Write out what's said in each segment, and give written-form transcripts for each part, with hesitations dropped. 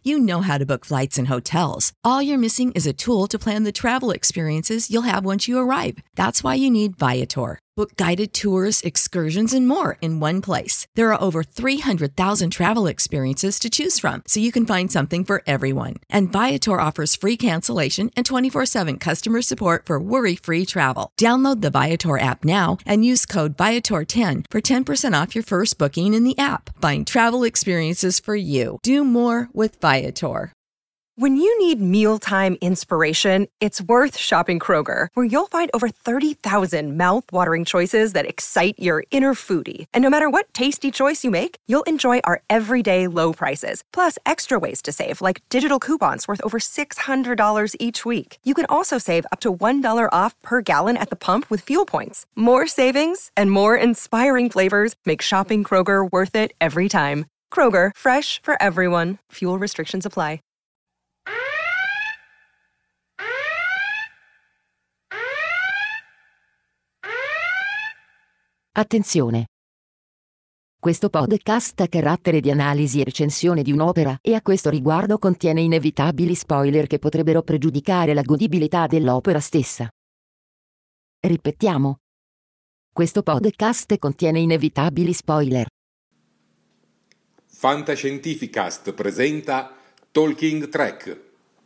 You know how to book flights and hotels. All you're missing is a tool to plan the travel experiences you'll have once you arrive. That's why you need Viator. Book guided tours, excursions, and more in one place. There are over 300,000 travel experiences to choose from, so you can find something for everyone. And Viator offers free cancellation and 24/7 customer support for worry-free travel. Download the Viator app now and use code Viator10 for 10% off your first booking in the app. Find travel experiences for you. Do more with Viator. When you need mealtime inspiration, it's worth shopping Kroger, where you'll find over 30,000 mouth-watering choices that excite your inner foodie. And no matter what tasty choice you make, you'll enjoy our everyday low prices, plus extra ways to save, like digital coupons worth over $600 each week. You can also save up to $1 off per gallon at the pump with fuel points. More savings and more inspiring flavors make shopping Kroger worth it every time. Kroger, fresh for everyone. Fuel restrictions apply. Attenzione! Questo podcast ha carattere di analisi e recensione di un'opera e a questo riguardo contiene inevitabili spoiler che potrebbero pregiudicare la godibilità dell'opera stessa. Ripetiamo. Questo podcast contiene inevitabili spoiler. Fantascientificast presenta Talking Trek.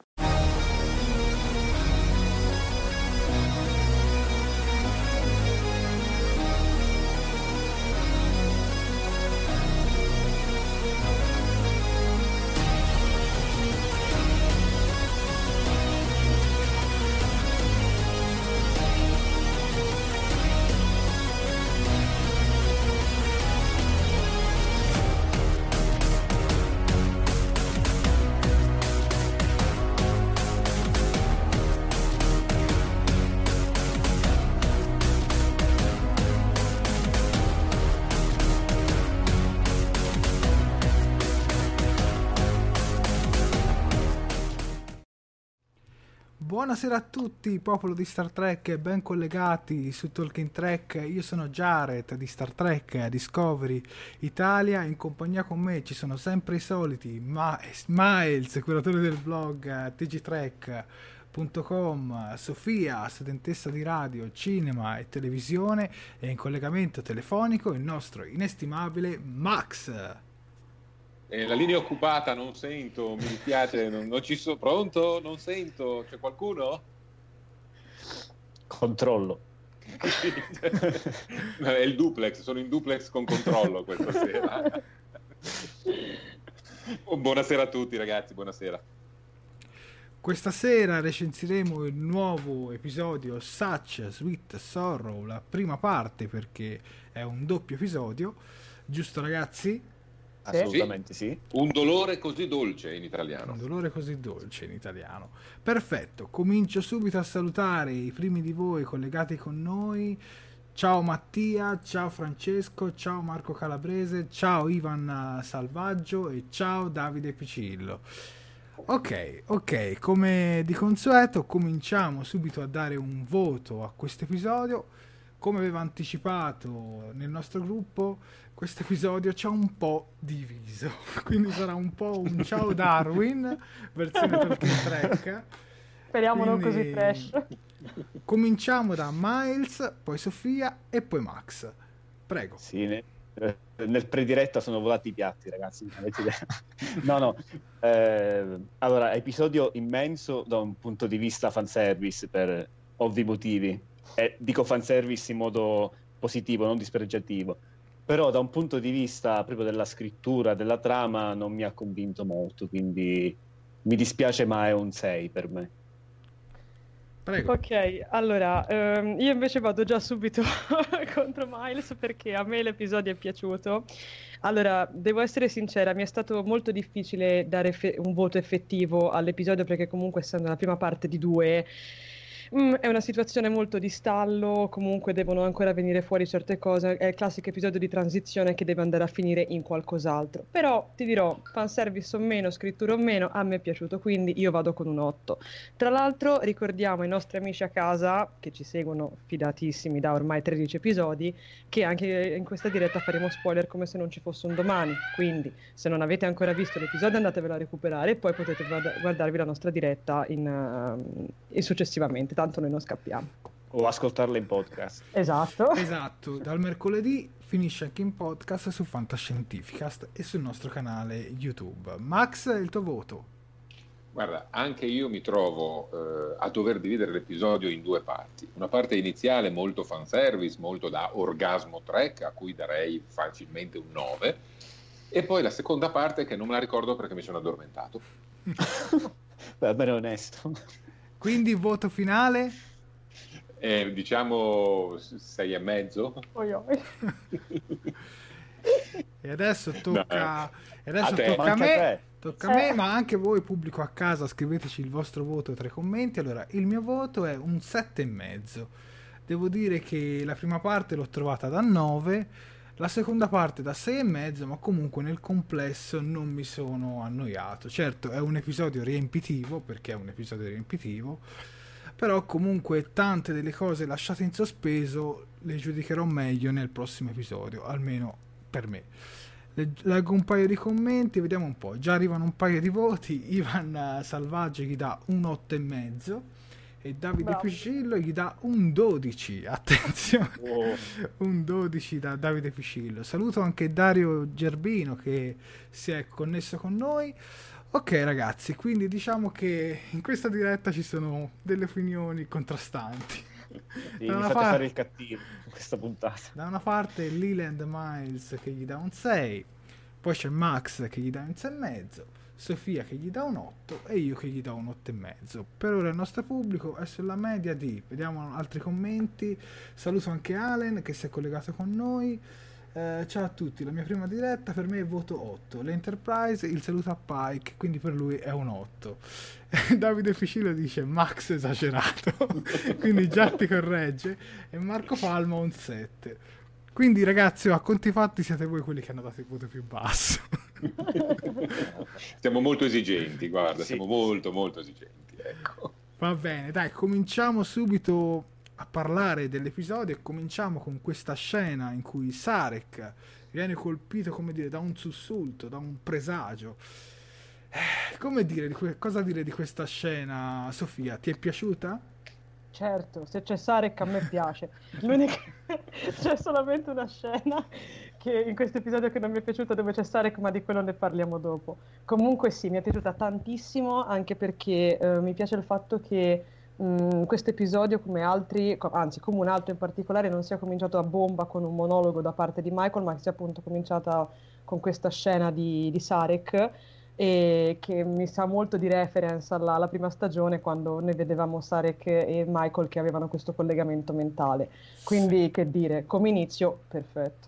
Buonasera a tutti, popolo di Star Trek, ben collegati su Talking Trek. Io sono Jared di Star Trek Discovery Italia. In compagnia con me ci sono sempre i soliti Miles, curatore del blog tgtrek.com, Sofia, studentessa di radio, cinema e televisione, e in collegamento telefonico il nostro inestimabile Max. La linea è occupata, non sento, mi dispiace, non ci sono. Pronto? Non sento, c'è qualcuno? Controllo. È il duplex, sono in duplex con controllo questa sera. Buonasera a tutti ragazzi, buonasera. Questa sera recensiremo il nuovo episodio Such Sweet Sorrow, la prima parte, perché è un doppio episodio, giusto ragazzi? Assolutamente sì. Un dolore così dolce in italiano. Un dolore così dolce in italiano. Perfetto, comincio subito a salutare i primi di voi collegati con noi. Ciao Mattia, ciao Francesco, ciao Marco Calabrese, ciao Ivan Salvaggio e ciao Davide Picillo. Ok, come di consueto cominciamo subito a dare un voto a questo episodio. Come avevo anticipato nel nostro gruppo, questo episodio c'è un po' diviso, quindi sarà un po' un ciao Darwin versione Talking Trek. Speriamo non così trash. Cominciamo da Miles, poi Sofia e poi Max. Prego. Sì, nel prediretta sono volati i piatti, ragazzi, non avete idea. No. Allora, episodio immenso da un punto di vista fanservice per ovvi motivi. Dico fanservice in modo positivo, non dispregiativo, però da un punto di vista proprio della scrittura, della trama, non mi ha convinto molto, quindi mi dispiace, ma è un 6 per me. Prego. Ok, allora, io invece vado già subito contro Miles, perché a me l'episodio è piaciuto. Allora, devo essere sincera, mi è stato molto difficile dare un voto effettivo all'episodio, perché comunque essendo la prima parte di due, È una situazione molto di stallo, comunque devono ancora venire fuori certe cose, è il classico episodio di transizione che deve andare a finire in qualcos'altro. Però ti dirò, fanservice o meno, scrittura o meno, a me è piaciuto, quindi io vado con un 8. Tra l'altro ricordiamo ai nostri amici a casa, che ci seguono fidatissimi da ormai 13 episodi, che anche in questa diretta faremo spoiler come se non ci fosse un domani, quindi se non avete ancora visto l'episodio andatevelo a recuperare e poi potete guardarvi la nostra diretta e successivamente, tanto noi non scappiamo. O ascoltarla in podcast. Esatto. Esatto, dal mercoledì finisce anche in podcast su Fantascientificast e sul nostro canale YouTube. Max, il tuo voto? Guarda, anche io mi trovo a dover dividere l'episodio in due parti. Una parte iniziale molto fanservice, molto da orgasmo track, a cui darei facilmente un 9, e poi la seconda parte che non me la ricordo perché mi sono addormentato. Va bene, onesto. Quindi voto finale? Diciamo 6,5. Oi, oi. E adesso tocca, A te. tocca a Anche a me, te. tocca a me, ma anche voi pubblico a casa, scriveteci il vostro voto tra i commenti. Allora, il mio voto è un 7,5. Devo dire che la prima parte l'ho trovata da 9, la seconda parte da 6,5, ma comunque nel complesso non mi sono annoiato. Certo, è un episodio riempitivo, perché è un episodio riempitivo, però comunque tante delle cose lasciate in sospeso le giudicherò meglio nel prossimo episodio, almeno per me. Leggo un paio di commenti, vediamo un po'. Già arrivano un paio di voti. Ivan Salvaggio gli dà un 8,5 e Davide Bravo. Piscillo gli dà un 12. Attenzione, Oh. un 12 da Davide Piscillo. Saluto anche Dario Gerbino che si è connesso con noi. Ok ragazzi, quindi diciamo che in questa diretta ci sono delle opinioni contrastanti. Sì, Da mi una fate par- fare il cattivo in questa puntata. Da una parte Leland Miles che gli dà un 6, poi c'è Max che gli dà un 6,5, Sofia che gli dà un 8 e io che gli do un 8,5. Per ora il nostro pubblico è sulla media di... Vediamo altri commenti. Saluto anche Allen che si è collegato con noi. Ciao a tutti, la mia prima diretta per me è voto 8. L'Enterprise, il saluto a Pike, quindi per lui è un 8. Davide Ficillo dice Max esagerato, quindi già ti corregge, e Marco Palma un 7. Quindi ragazzi, a conti fatti siete voi quelli che hanno dato il voto più basso. Siamo molto esigenti, guarda, Sì. siamo molto molto esigenti, ecco. Va bene, dai, cominciamo subito a parlare dell'episodio e cominciamo con questa scena in cui Sarek viene colpito, come dire, da un sussulto, da un presagio. Come dire, cosa dire di questa scena, Sofia? Ti è piaciuta? Certo, se c'è Sarek a me piace. L'unica... c'è solamente una scena che in questo episodio che non mi è piaciuta dove c'è Sarek, ma di quello ne parliamo dopo. Comunque sì, mi è piaciuta tantissimo, anche perché mi piace il fatto che questo episodio, come altri, anzi come un altro in particolare, non sia cominciato a bomba con un monologo da parte di Michael, ma che sia appunto cominciata con questa scena di Sarek, e che mi sa molto di reference alla prima stagione, quando noi vedevamo Sarek e Michael che avevano questo collegamento mentale. Quindi, che dire, come inizio, perfetto.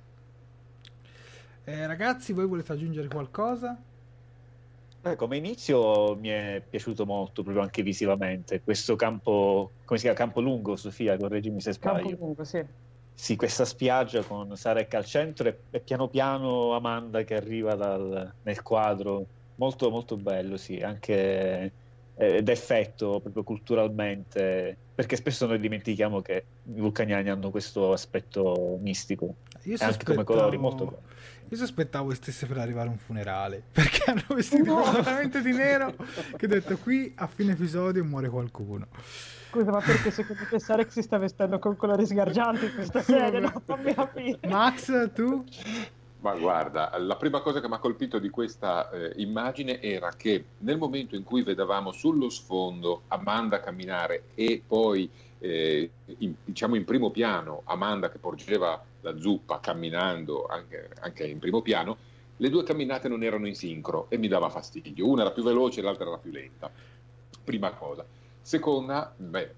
Ragazzi, voi volete aggiungere qualcosa? Come inizio mi è piaciuto molto, proprio anche visivamente. Questo campo, come si chiama? Campo lungo, Sofia, correggimi se Campo sbaglio. lungo, sì. Sì, questa spiaggia con Sarek al centro e piano piano Amanda che arriva nel quadro. Molto molto bello, sì, anche d'effetto proprio culturalmente, perché spesso noi dimentichiamo che i vulcaniani hanno questo aspetto mistico, Io e anche come colori molto bello. Io sospettavo stesse per arrivare a un funerale, perché hanno vestiti completamente di nero, che ho detto qui a fine episodio muore qualcuno. Scusa, ma perché secondo te Sarek si sta vestendo con colori sgargianti in questa serie? No, fammi capire. Max, tu? Ma guarda, la prima cosa che mi ha colpito di questa immagine era che nel momento in cui vedevamo sullo sfondo Amanda camminare e poi diciamo in primo piano Amanda che porgeva la zuppa camminando anche in primo piano, le due camminate non erano in sincro e mi dava fastidio. Una era più veloce e l'altra era più lenta. Prima cosa. Seconda,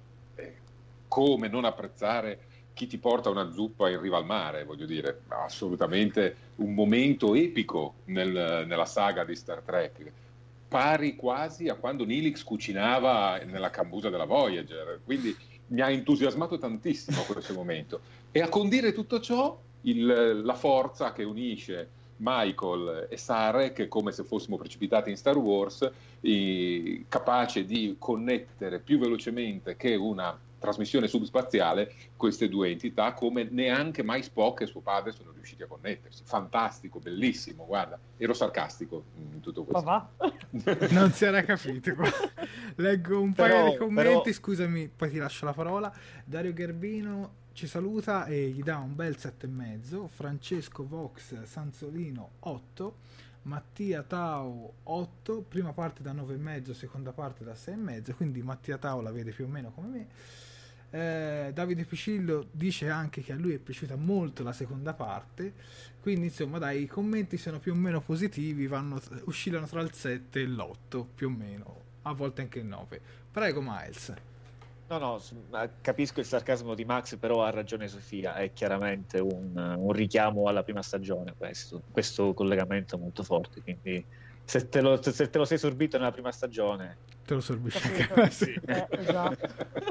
come non apprezzare chi ti porta una zuppa in riva al mare, voglio dire, assolutamente un momento epico nella saga di Star Trek, pari quasi a quando Neelix cucinava nella cambusa della Voyager, quindi mi ha entusiasmato tantissimo questo momento. E a condire tutto ciò la forza che unisce Michael e Sarek, come se fossimo precipitati in Star Wars, capace di connettere più velocemente che una trasmissione subspaziale queste due entità, come neanche mai Spock e suo padre sono riusciti a connettersi. Fantastico, bellissimo, guarda, ero sarcastico in tutto questo. Ma va? Non si era capito. Leggo un paio di commenti, scusami, poi ti lascio la parola. Dario Gherbino ci saluta e gli dà un bel 7,5. Francesco Vox Sanzolino 8. Mattia Tau 8, prima parte da 9,5, seconda parte da 6,5, quindi Mattia Tau la vede più o meno come me. Davide Picillo dice anche che a lui è piaciuta molto la seconda parte, quindi insomma dai, i commenti sono più o meno positivi, oscillano tra il 7 e l'8 più o meno, a volte anche il 9. Prego Miles. No, capisco il sarcasmo di Max, però ha ragione Sofia, è chiaramente un richiamo alla prima stagione questo collegamento molto forte, quindi se te lo sei sorbito nella prima stagione te lo sorbisci. Sì. Esatto.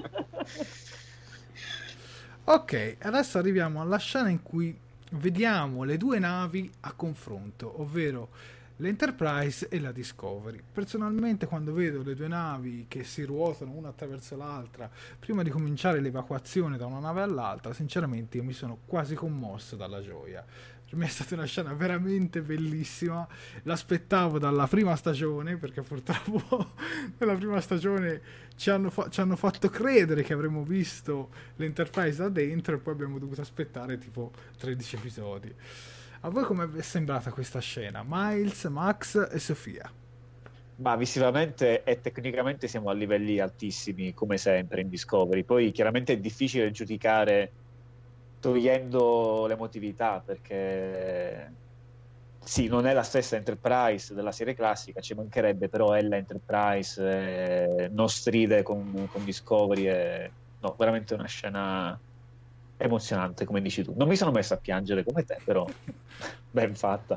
Ok, adesso arriviamo alla scena in cui vediamo le due navi a confronto, ovvero l'Enterprise e la Discovery. Personalmente, quando vedo le due navi che si ruotano una attraverso l'altra prima di cominciare l'evacuazione da una nave all'altra, sinceramente io mi sono quasi commosso dalla gioia. Per me è stata una scena veramente bellissima, l'aspettavo dalla prima stagione, perché purtroppo nella prima stagione ci hanno fatto credere che avremmo visto l'Enterprise da dentro e poi abbiamo dovuto aspettare tipo 13 episodi. A voi come è sembrata questa scena? Miles, Max e Sofia? Ma visivamente e tecnicamente siamo a livelli altissimi, come sempre in Discovery. Poi chiaramente è difficile giudicare togliendo l'emotività, perché sì, non è la stessa Enterprise della serie classica, ci mancherebbe, però è la Enterprise, non stride con Discovery. No, veramente una scena emozionante, come dici tu. Non mi sono messo a piangere come te, però ben fatta.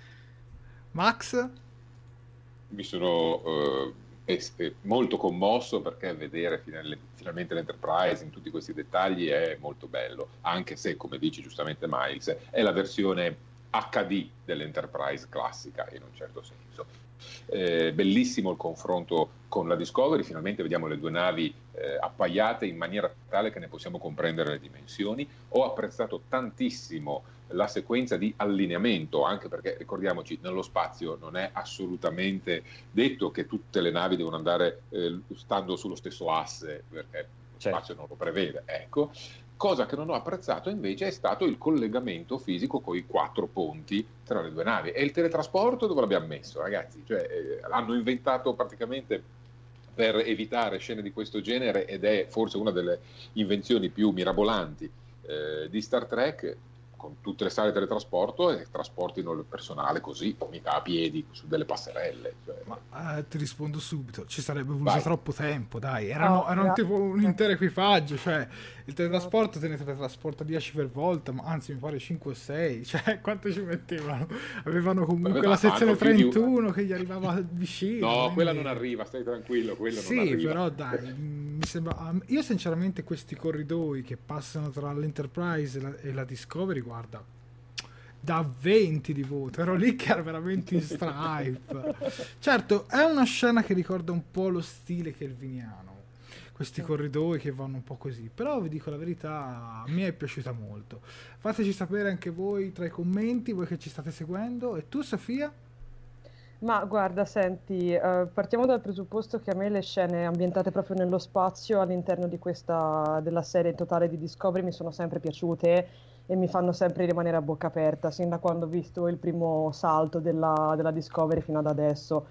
Max? Mi sono molto commosso, perché vedere finalmente l'Enterprise in tutti questi dettagli è molto bello, anche se, come dici giustamente Miles, è la versione HD dell'Enterprise classica in un certo senso. Bellissimo il confronto con la Discovery, finalmente vediamo le due navi appaiate in maniera tale che ne possiamo comprendere le dimensioni. Ho apprezzato tantissimo la sequenza di allineamento, anche perché ricordiamoci, nello spazio non è assolutamente detto che tutte le navi devono andare stando sullo stesso asse, perché lo spazio non lo prevede, ecco. Cosa che non ho apprezzato invece è stato il collegamento fisico con i 4 ponti tra le due navi. E il teletrasporto dove l'abbiamo messo, ragazzi? Hanno inventato praticamente per evitare scene di questo genere, ed è forse una delle invenzioni più mirabolanti di Star Trek, con tutte le sale di teletrasporto, e trasportino il personale così, mica a piedi, su delle passerelle. Ma ti rispondo subito, ci sarebbe voluto troppo tempo, dai, erano tipo un intero equipaggio, cioè il teletrasporto te ne teletrasporta 10 per volta, ma anzi mi pare 5 o 6, cioè quanto ci mettevano? Avevano comunque la sezione 31 che gli arrivava vicino. No, quella non arriva, stai tranquillo, quella non arriva. Sì, però dai, mi sembra, io sinceramente questi corridoi che passano tra l'Enterprise e la Discovery, guarda, da 20 di voto, ero lì che era veramente in stripe. Certo, è una scena che ricorda un po' lo stile kelviniano, questi corridoi che vanno un po' così, però vi dico la verità, a me è piaciuta molto. Fateci sapere anche voi tra i commenti, voi che ci state seguendo. E tu, Sofia? Ma guarda, senti, partiamo dal presupposto che a me le scene ambientate proprio nello spazio all'interno della serie totale di Discovery mi sono sempre piaciute e mi fanno sempre rimanere a bocca aperta, sin da quando ho visto il primo salto della Discovery fino ad adesso.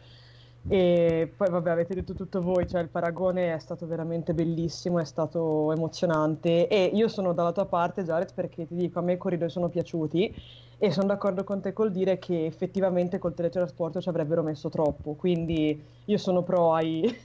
E poi vabbè, avete detto tutto voi, cioè il paragone è stato veramente bellissimo, è stato emozionante, e io sono dalla tua parte, Jared, perché ti dico, a me i corridoi sono piaciuti e sono d'accordo con te col dire che effettivamente col teletrasporto ci avrebbero messo troppo, quindi io sono pro ai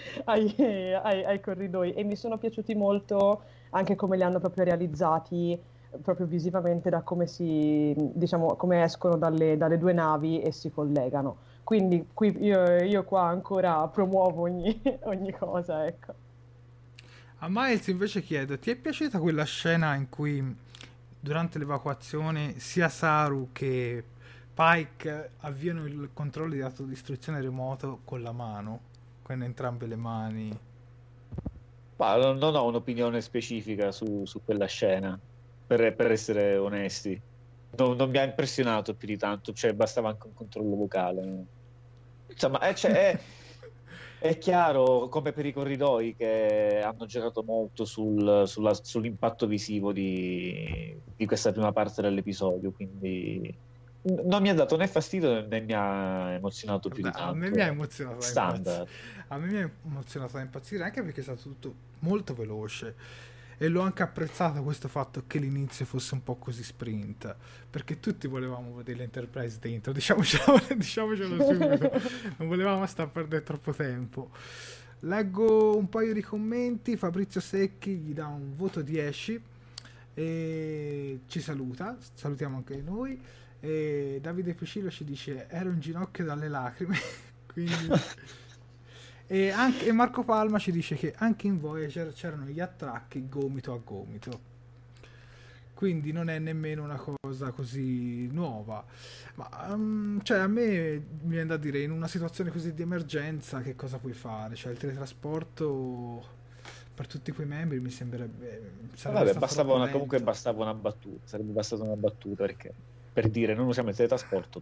corridoi, e mi sono piaciuti molto anche come li hanno proprio realizzati, proprio visivamente, da come come escono dalle due navi e si collegano. Quindi io qua ancora promuovo ogni cosa, ecco. A Miles invece chiedo, ti è piaciuta quella scena in cui durante l'evacuazione sia Saru che Pike avviano il controllo di autodistruzione remoto con la mano, con entrambe le mani? Ma non ho un'opinione specifica su quella scena, per essere onesti. Non mi ha impressionato più di tanto, cioè bastava anche un controllo vocale. Insomma, è chiaro, come per i corridoi, che hanno giocato molto sull'impatto visivo di questa prima parte dell'episodio, quindi non mi ha dato né fastidio né mi ha emozionato più di tanto. A me mi ha emozionato standard. A me mi ha emozionato da impazzire, anche perché è stato tutto molto veloce. E l'ho anche apprezzato questo fatto che l'inizio fosse un po' così sprint, perché tutti volevamo vedere l'Enterprise dentro, diciamocelo subito, non volevamo stare a perdere troppo tempo. Leggo un paio di commenti. Fabrizio Secchi gli dà un voto 10 e ci salutiamo anche noi. E Davide Picillo ci dice ero in ginocchio dalle lacrime quindi... e Marco Palma ci dice che anche in Voyager c'erano gli attracchi gomito a gomito, quindi non è nemmeno una cosa così nuova, ma cioè a me mi viene da dire, in una situazione così di emergenza che cosa puoi fare? Cioè il teletrasporto per tutti quei membri mi sembrerebbe bastava una battuta, sarebbe bastata una battuta per dire non usiamo il teletrasporto,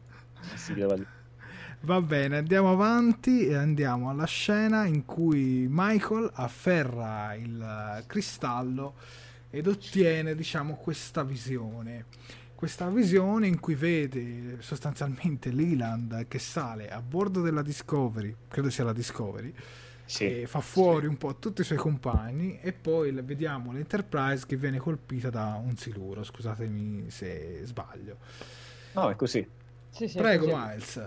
Va bene, andiamo avanti e andiamo alla scena in cui Michael afferra il cristallo ed ottiene, diciamo, questa visione in cui vede sostanzialmente Leland che sale a bordo della Discovery, credo sia la Discovery, sì, e fa fuori un po' tutti i suoi compagni, e poi vediamo l'Enterprise che viene colpita da un siluro. Scusatemi se sbaglio. No, è così. Sì, Prego, così. Miles.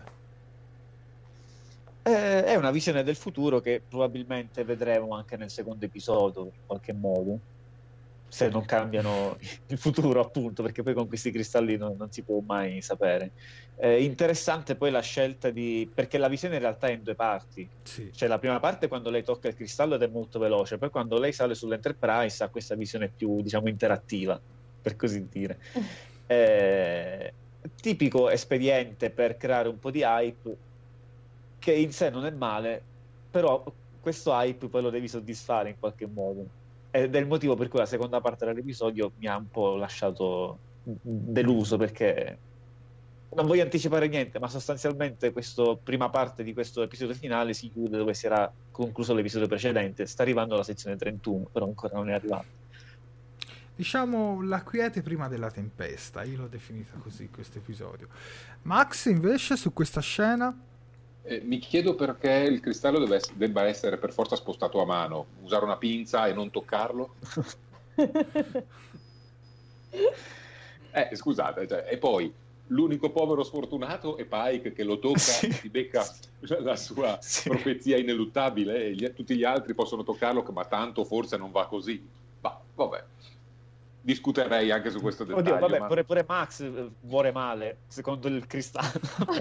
È una visione del futuro che probabilmente vedremo anche nel secondo episodio, in qualche modo, se non cambiano il futuro, appunto, perché poi con questi cristalli non si può mai sapere. Interessante poi la scelta perché la visione in realtà è in due parti. Sì. Cioè la prima parte quando lei tocca il cristallo ed è molto veloce, poi quando lei sale sull'Enterprise ha questa visione più, diciamo, interattiva, per così dire. Tipico espediente per creare un po' di hype, che in sé non è male, però questo hype poi lo devi soddisfare in qualche modo, ed è il motivo per cui la seconda parte dell'episodio mi ha un po' lasciato deluso, perché non voglio anticipare niente, ma sostanzialmente questa prima parte di questo episodio finale si chiude dove si era concluso l'episodio precedente. Sta arrivando la sezione 31, però ancora non è arrivato. Diciamo la quiete prima della tempesta, io l'ho definita così questo episodio. Max invece su questa scena mi chiedo perché il cristallo debba essere per forza spostato a mano, usare una pinza e non toccarlo. Scusate, cioè, e poi l'unico povero sfortunato è Pike che lo tocca, sì, e si becca la sua, sì, profezia ineluttabile, e tutti gli altri possono toccarlo, ma tanto forse non va così. Ma vabbè, discuterei anche su questo dettaglio. Oddio, vabbè, ma... pure Max vuole male, secondo il cristallo.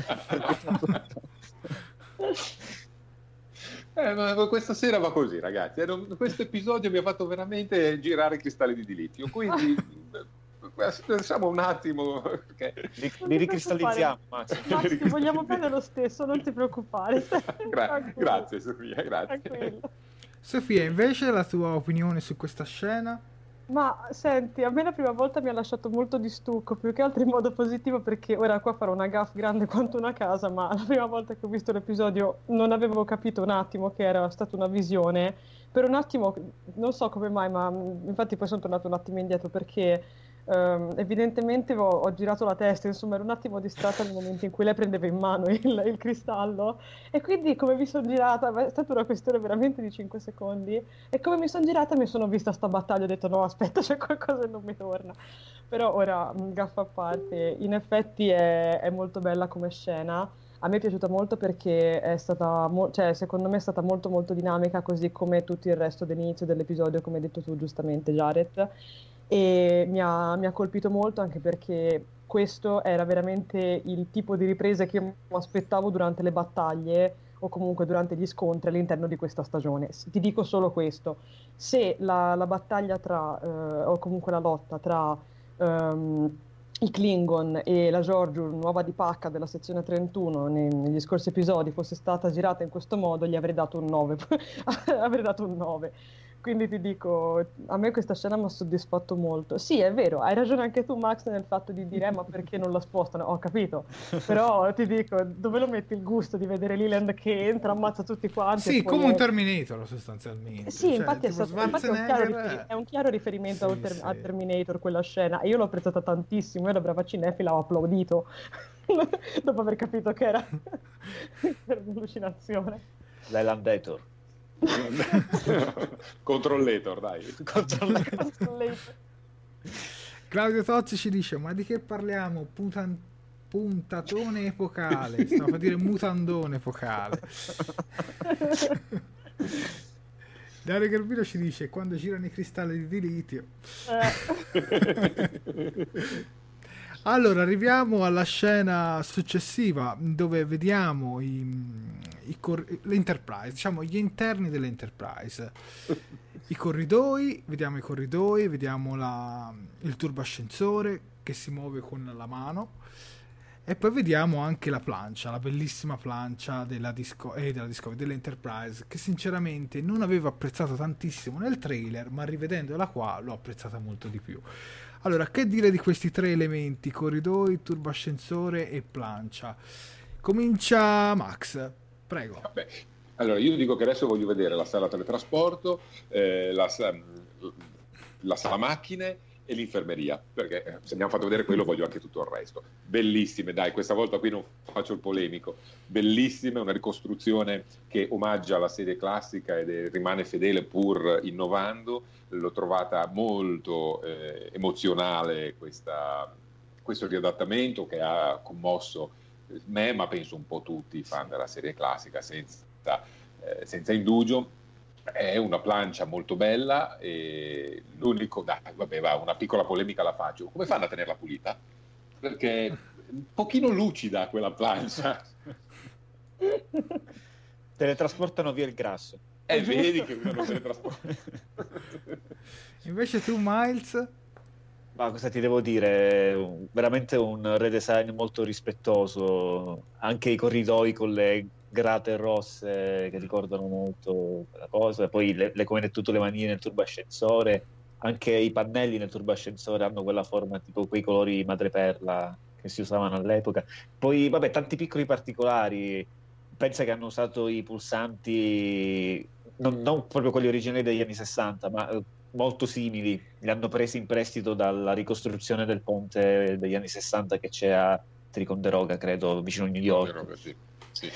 Ma questa sera va così, ragazzi. Questo episodio mi ha fatto veramente girare i cristalli di dilitio, quindi pensiamo un attimo che... li ricristallizziamo, Max, ti vogliamo bene lo stesso, non ti preoccupare. Grazie Sofia, grazie. Sofia, invece la tua opinione su questa scena? Ma senti, a me la prima volta mi ha lasciato molto di stucco, più che altro in modo positivo, perché ora qua farò una gaffe grande quanto una casa, ma la prima volta che ho visto l'episodio non avevo capito un attimo che era stata una visione. Per un attimo, non so come mai, ma infatti poi sono tornato un attimo indietro, perché evidentemente ho girato la testa, insomma ero un attimo distratta nel momento in cui lei prendeva in mano il cristallo, e quindi come mi sono girata, è stata una questione veramente di 5 secondi, e come mi sono girata mi sono vista sta battaglia, ho detto no aspetta, c'è qualcosa che non mi torna. Però ora, gaffa a parte, in effetti è molto bella come scena. A me è piaciuta molto perché è stata, cioè, secondo me è stata molto molto dinamica, così come tutto il resto dell'inizio dell'episodio, come hai detto tu giustamente, Jared. E mi ha colpito molto anche perché questo era veramente il tipo di riprese che io mi aspettavo durante le battaglie, o comunque durante gli scontri all'interno di questa stagione. Ti dico solo questo: se la battaglia o comunque la lotta tra i Klingon e la Georgiou, nuova di pacca della sezione 31, negli scorsi episodi, fosse stata girata in questo modo, gli avrei dato un 9. Avrei dato un 9. Quindi ti dico, a me questa scena mi ha soddisfatto molto. Sì, è vero, hai ragione anche tu, Max, nel fatto di dire ma perché non la spostano? Ho capito, però ti dico, dove lo metti il gusto di vedere Leland che entra, ammazza tutti quanti? Sì, come un Terminator sostanzialmente. Sì, cioè, infatti, è un chiaro riferimento a Terminator quella scena, e io l'ho apprezzata tantissimo, io da brava cinefila ho applaudito dopo aver capito che era un'allucinazione. L'Elandator. Controllator, dai. Claudio Tozzi ci dice: ma di che parliamo? Puntatone epocale. Stavo a dire mutandone epocale. Dario Garbino ci dice: quando girano i cristalli di litio. Allora, arriviamo alla scena successiva dove vediamo l'Enterprise, diciamo gli interni dell'Enterprise. Vediamo i corridoi, vediamo il turbascensore che si muove con la mano, e poi vediamo anche la plancia, la bellissima plancia dell'Enterprise, che sinceramente non avevo apprezzato tantissimo nel trailer, ma rivedendola qua l'ho apprezzata molto di più. Allora, che dire di questi tre elementi? Corridoi, turbascensore e plancia. Comincia Max, prego. Vabbè. Allora, io dico che adesso voglio vedere la sala teletrasporto, la sala macchine e l'infermeria, perché se abbiamo fatto vedere quello voglio anche tutto il resto. Bellissime, dai, questa volta qui non faccio il polemico. Bellissime, una ricostruzione che omaggia la serie classica ed rimane fedele pur innovando. L'ho trovata molto emozionale questo riadattamento, che ha commosso me, ma penso un po' tutti i fan della serie classica, senza indugio. È una plancia molto bella, e l'unico, una piccola polemica la faccio: come fanno a tenerla pulita? Perché è un pochino lucida quella plancia. Teletrasportano via il grasso. Vedi che non teletrasportano. Invece tu, Miles? Ma cosa ti devo dire? Veramente un redesign molto rispettoso. Anche i corridoi con le grate rosse che ricordano molto la cosa. Poi come tutte le manine nel turbascensore, anche i pannelli nel turbascensore hanno quella forma, tipo quei colori madreperla che si usavano all'epoca. Poi vabbè, tanti piccoli particolari. Pensa che hanno usato i pulsanti non proprio quelli originali degli anni 60, ma molto simili. Li hanno presi in prestito dalla ricostruzione del ponte degli anni 60 che c'è a Ticonderoga, credo, vicino a New York. Sì.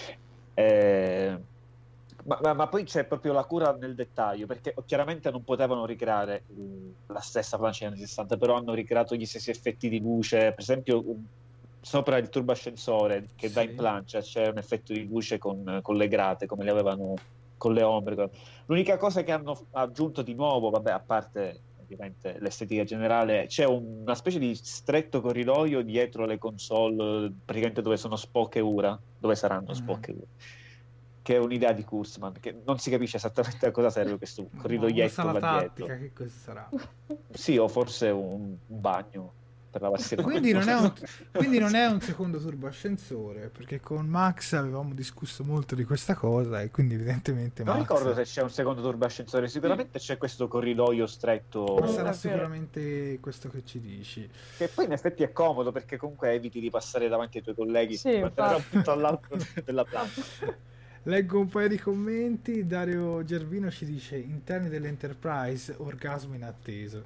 Ma poi c'è proprio la cura nel dettaglio, perché chiaramente non potevano ricreare la stessa plancia degli anni 60, però hanno ricreato gli stessi effetti di luce. Per esempio, sopra il turbascensore che dà in plancia c'è un effetto di luce con le grate, come le avevano con le ombre. L'unica cosa che hanno aggiunto di nuovo, vabbè, a parte ovviamente l'estetica generale, c'è una specie di stretto corridoio dietro le console, praticamente dove sono Spock e Ura, dove saranno Spock e Ura, che è un'idea di Kurtzman, che non si capisce esattamente a cosa serve questo corridoietto là dietro. Che cosa sarà? Sì, o forse un bagno per lavarsi le quindi non è un secondo turbascensore, perché con Max avevamo discusso molto di questa cosa, e quindi evidentemente non Max... ricordo se c'è un secondo turbascensore, sicuramente c'è questo corridoio stretto. Sarà sicuramente questo che ci dici, che poi in effetti è comodo, perché comunque eviti di passare davanti ai tuoi colleghi, sì, tutto all'altro della plancia. Leggo un paio di commenti. Dario Gervino ci dice: interni dell'Enterprise, orgasmo inatteso.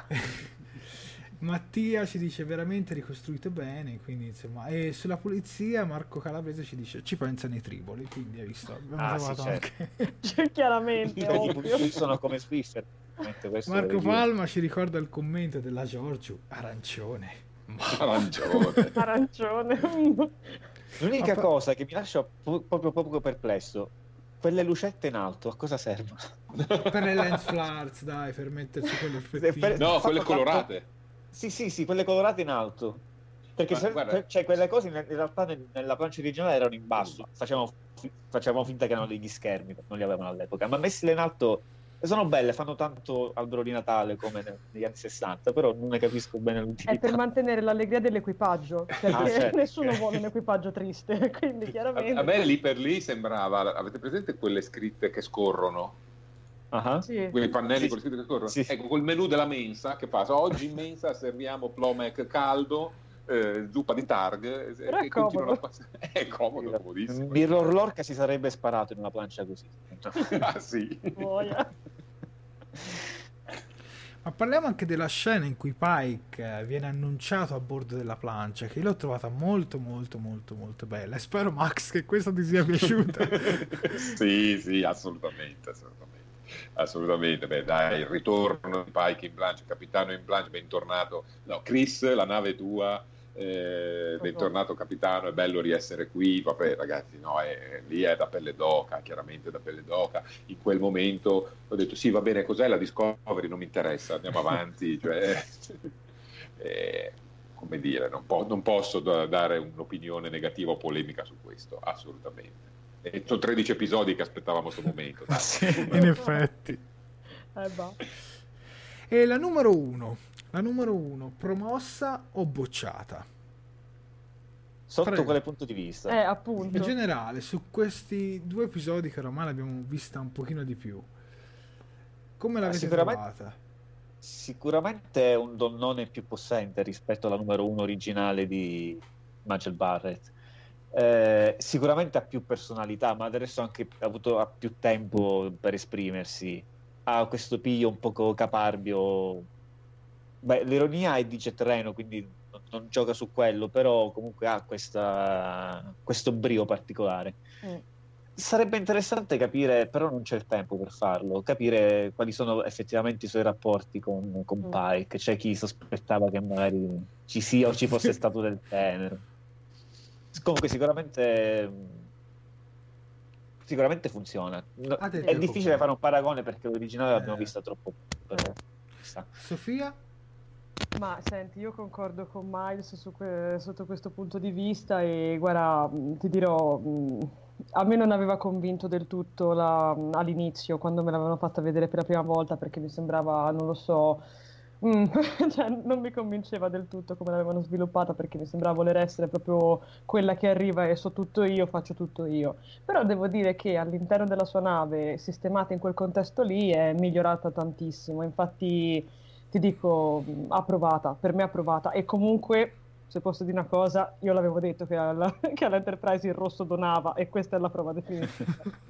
Mattia ci dice: veramente ricostruito bene, quindi insomma. E sulla pulizia Marco Calabrese ci dice: ci pensano i triboli, quindi hai visto, abbiamo trovato anche chiaramente sono come Swiffer. Marco Palma ci ricorda il commento della Giorgio: arancione. L'unica cosa che mi lascia proprio perplesso: quelle lucette in alto a cosa servono? Per le lens flares, dai, per metterci quelle effettive. No, quelle colorate. Sì, quelle colorate in alto. Perché guarda, cioè, quelle cose in realtà nella plancia originale erano in basso, facevamo finta che erano degli schermi, non li avevano all'epoca, ma messile in alto sono belle, fanno tanto albero di Natale come negli anni 60, però non ne capisco bene l'utilità. È per mantenere l'allegria dell'equipaggio, perché certo. nessuno vuole un equipaggio triste, quindi chiaramente... a me lì per lì sembrava, avete presente quelle scritte che scorrono? Sì. Quei pannelli Sì. con le scritte che scorrono? Sì. Ecco, col menù della mensa che fa, oggi in mensa serviamo Plomek caldo, zuppa di targ, Però è che continuano a comodo. passare. È comodo, comodissimo. Mirror Lorca si sarebbe sparato in una plancia così. Ah, sì. Boia. Ma parliamo anche della scena in cui Pike viene annunciato a bordo della plancia, che io l'ho trovata molto molto molto molto bella, e spero, Max, che questa ti sia piaciuta. Sì, assolutamente. Beh, dai, il ritorno di Pike in Blanche, capitano in Blanche, bentornato. No, Chris, la nave è tua, bentornato capitano, è bello riessere qui. Vabbè, ragazzi, no, lì è da pelle d'oca, chiaramente da pelle d'oca. In quel momento ho detto sì, va bene, cos'è la Discovery? Non mi interessa, andiamo avanti. Cioè, come dire, non posso dare un'opinione negativa o polemica su questo, assolutamente. E sono 13 episodi che aspettavamo questo momento. Sì, in effetti. Bah. E la numero uno, promossa o bocciata? Sotto Prego. quale punto di vista? Appunto. In generale, su questi 2 episodi che ormai l'abbiamo vista un pochino di più, come l'avete trovata? Sicuramente è un donnone più possente rispetto alla numero 1 originale di Majel Barrett. Sicuramente ha più personalità, ma adesso ha più tempo per esprimersi. Ha questo piglio un poco caparbio. Beh, l'ironia è di terreno, quindi non gioca su quello, però comunque ha questo brio particolare. Sarebbe interessante capire, però non c'è il tempo per farlo, capire quali sono effettivamente i suoi rapporti con Pike. C'è chi sospettava che magari ci sia o ci fosse stato del tenero. Comunque sicuramente funziona. È difficile fare un paragone perché l'originale l'abbiamo vista troppo. Sofia? Ma senti, io concordo con Miles sotto questo punto di vista e guarda, ti dirò, a me non aveva convinto del tutto all'inizio, quando me l'avevano fatta vedere per la prima volta, perché mi sembrava, non lo so, cioè, non mi convinceva del tutto come l'avevano sviluppata, perché mi sembrava voler essere proprio quella che arriva e so tutto io, faccio tutto io. Però devo dire che all'interno della sua nave, sistemata in quel contesto lì, è migliorata tantissimo. Infatti ti dico, approvata, per me approvata. E comunque, se posso dire una cosa, io l'avevo detto che all'Enterprise il rosso donava, e questa è la prova definitiva.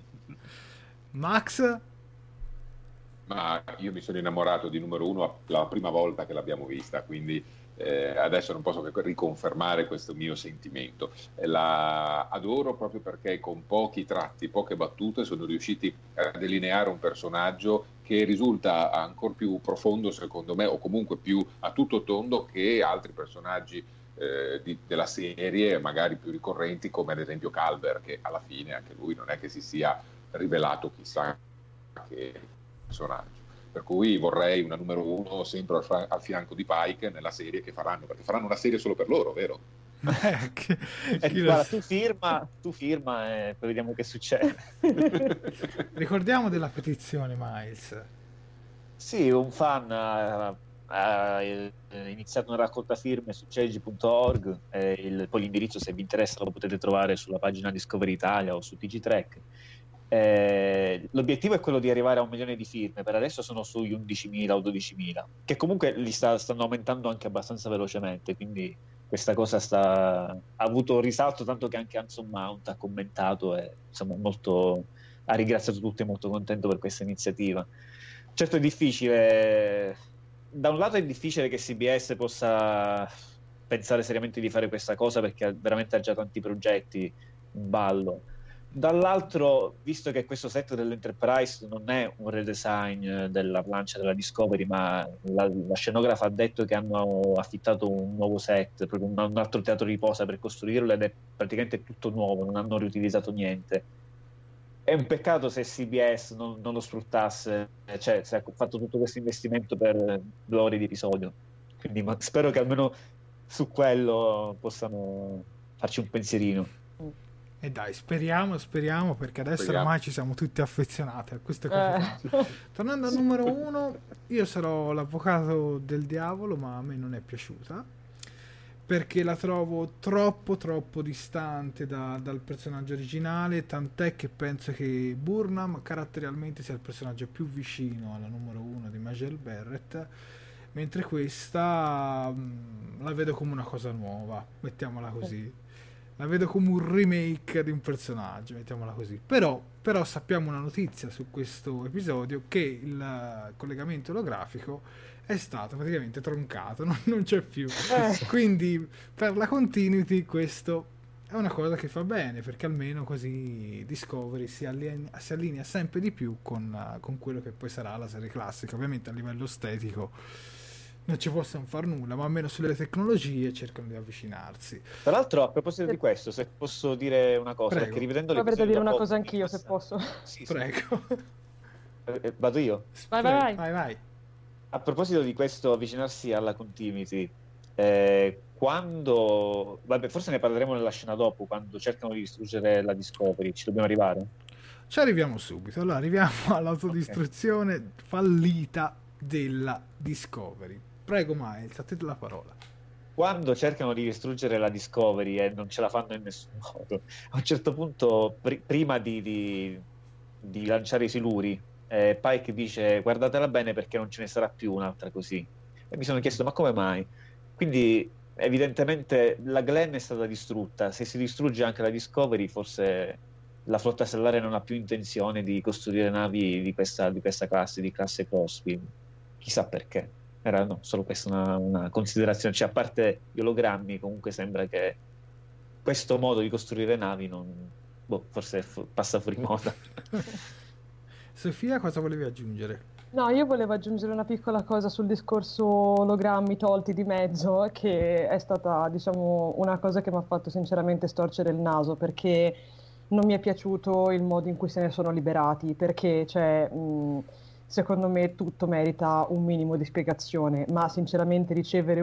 Max? Ma io mi sono innamorato di numero 1 la prima volta che l'abbiamo vista, quindi adesso non posso che riconfermare questo mio sentimento. La adoro proprio perché con pochi tratti, poche battute sono riusciti a delineare un personaggio che risulta ancora più profondo secondo me, o comunque più a tutto tondo che altri personaggi della serie, magari più ricorrenti, come ad esempio Culber, che alla fine anche lui non è che si sia rivelato chissà che personaggio. Per cui vorrei una numero 1 sempre al fianco di Pike nella serie che faranno, perché faranno una serie solo per loro, vero? Guarda, tu firma e poi vediamo che succede. Ricordiamo della petizione, Miles. Sì, un fan ha iniziato una raccolta firme su change.org, poi l'indirizzo, se vi interessa, lo potete trovare sulla pagina Discovery Italia o su TG Trek. L'obiettivo è quello di arrivare a 1 milione di firme. Per adesso sono sugli 11.000 o 12.000, che comunque li stanno aumentando anche abbastanza velocemente, quindi questa cosa ha avuto risalto, tanto che anche Anson Mount ha commentato e insomma ha ringraziato tutti, è molto contento per questa iniziativa. Certo è difficile, da un lato è difficile che CBS possa pensare seriamente di fare questa cosa, perché veramente ha già tanti progetti in ballo. Dall'altro, visto che questo set dell'Enterprise non è un redesign della plancia della Discovery, ma la scenografa ha detto che hanno affittato un nuovo set, proprio un altro teatro di posa per costruirlo, ed è praticamente tutto nuovo, non hanno riutilizzato niente. È un peccato se CBS non lo sfruttasse, cioè se ha fatto tutto questo investimento per 2 ore di episodio. Quindi spero che almeno su quello possano farci un pensierino. E dai, speriamo, perché adesso Speriamo. ormai ci siamo tutti affezionati a queste cose qua. Tornando al numero 1, io sarò l'avvocato del diavolo, ma a me non è piaciuta, perché la trovo troppo distante dal personaggio originale, tant'è che penso che Burnham caratterialmente sia il personaggio più vicino alla numero 1 di Majel Barrett, mentre questa la vedo come una cosa nuova, mettiamola così. La vedo come un remake di un personaggio, mettiamola così. Però sappiamo una notizia su questo episodio, che il collegamento olografico è stato praticamente troncato, non c'è più. Quindi per la continuity questo è una cosa che fa bene, perché almeno così Discovery si allinea sempre di più con quello che poi sarà la serie classica. Ovviamente a livello estetico non ci possono far nulla, ma almeno sulle tecnologie cercano di avvicinarsi. Tra l'altro, a proposito di questo, se posso dire una cosa, Prego. perché rivedendo Avrei da l'episodio dire una dopo- cosa anch'io, se posso. Sì, sì. Prego. Vado io. Vai. A proposito di questo avvicinarsi alla continuity, quando... Vabbè, forse ne parleremo nella scena dopo, quando cercano di distruggere la Discovery. Ci dobbiamo arrivare? Ci arriviamo subito. Allora, arriviamo all'autodistruzione fallita della Discovery. Prego Miles, a te la parola. Quando cercano di distruggere la Discovery e non ce la fanno in nessun modo, a un certo punto, prima di lanciare i siluri, Pike dice guardatela bene perché non ce ne sarà più un'altra così. E mi sono chiesto ma come mai? Quindi evidentemente la Glenn è stata distrutta. Se si distrugge anche la Discovery, forse la flotta stellare non ha più intenzione di costruire navi di questa classe, di classe Crosby. Chissà perché. Era solo questa una considerazione. Cioè, a parte gli ologrammi, comunque sembra che questo modo di costruire navi non... forse passa fuori moda. Sofia, cosa volevi aggiungere? No, io volevo aggiungere una piccola cosa sul discorso ologrammi tolti di mezzo, che è stata, diciamo, una cosa che mi ha fatto sinceramente storcere il naso, perché non mi è piaciuto il modo in cui se ne sono liberati, perché, cioè, secondo me tutto merita un minimo di spiegazione, ma sinceramente ricevere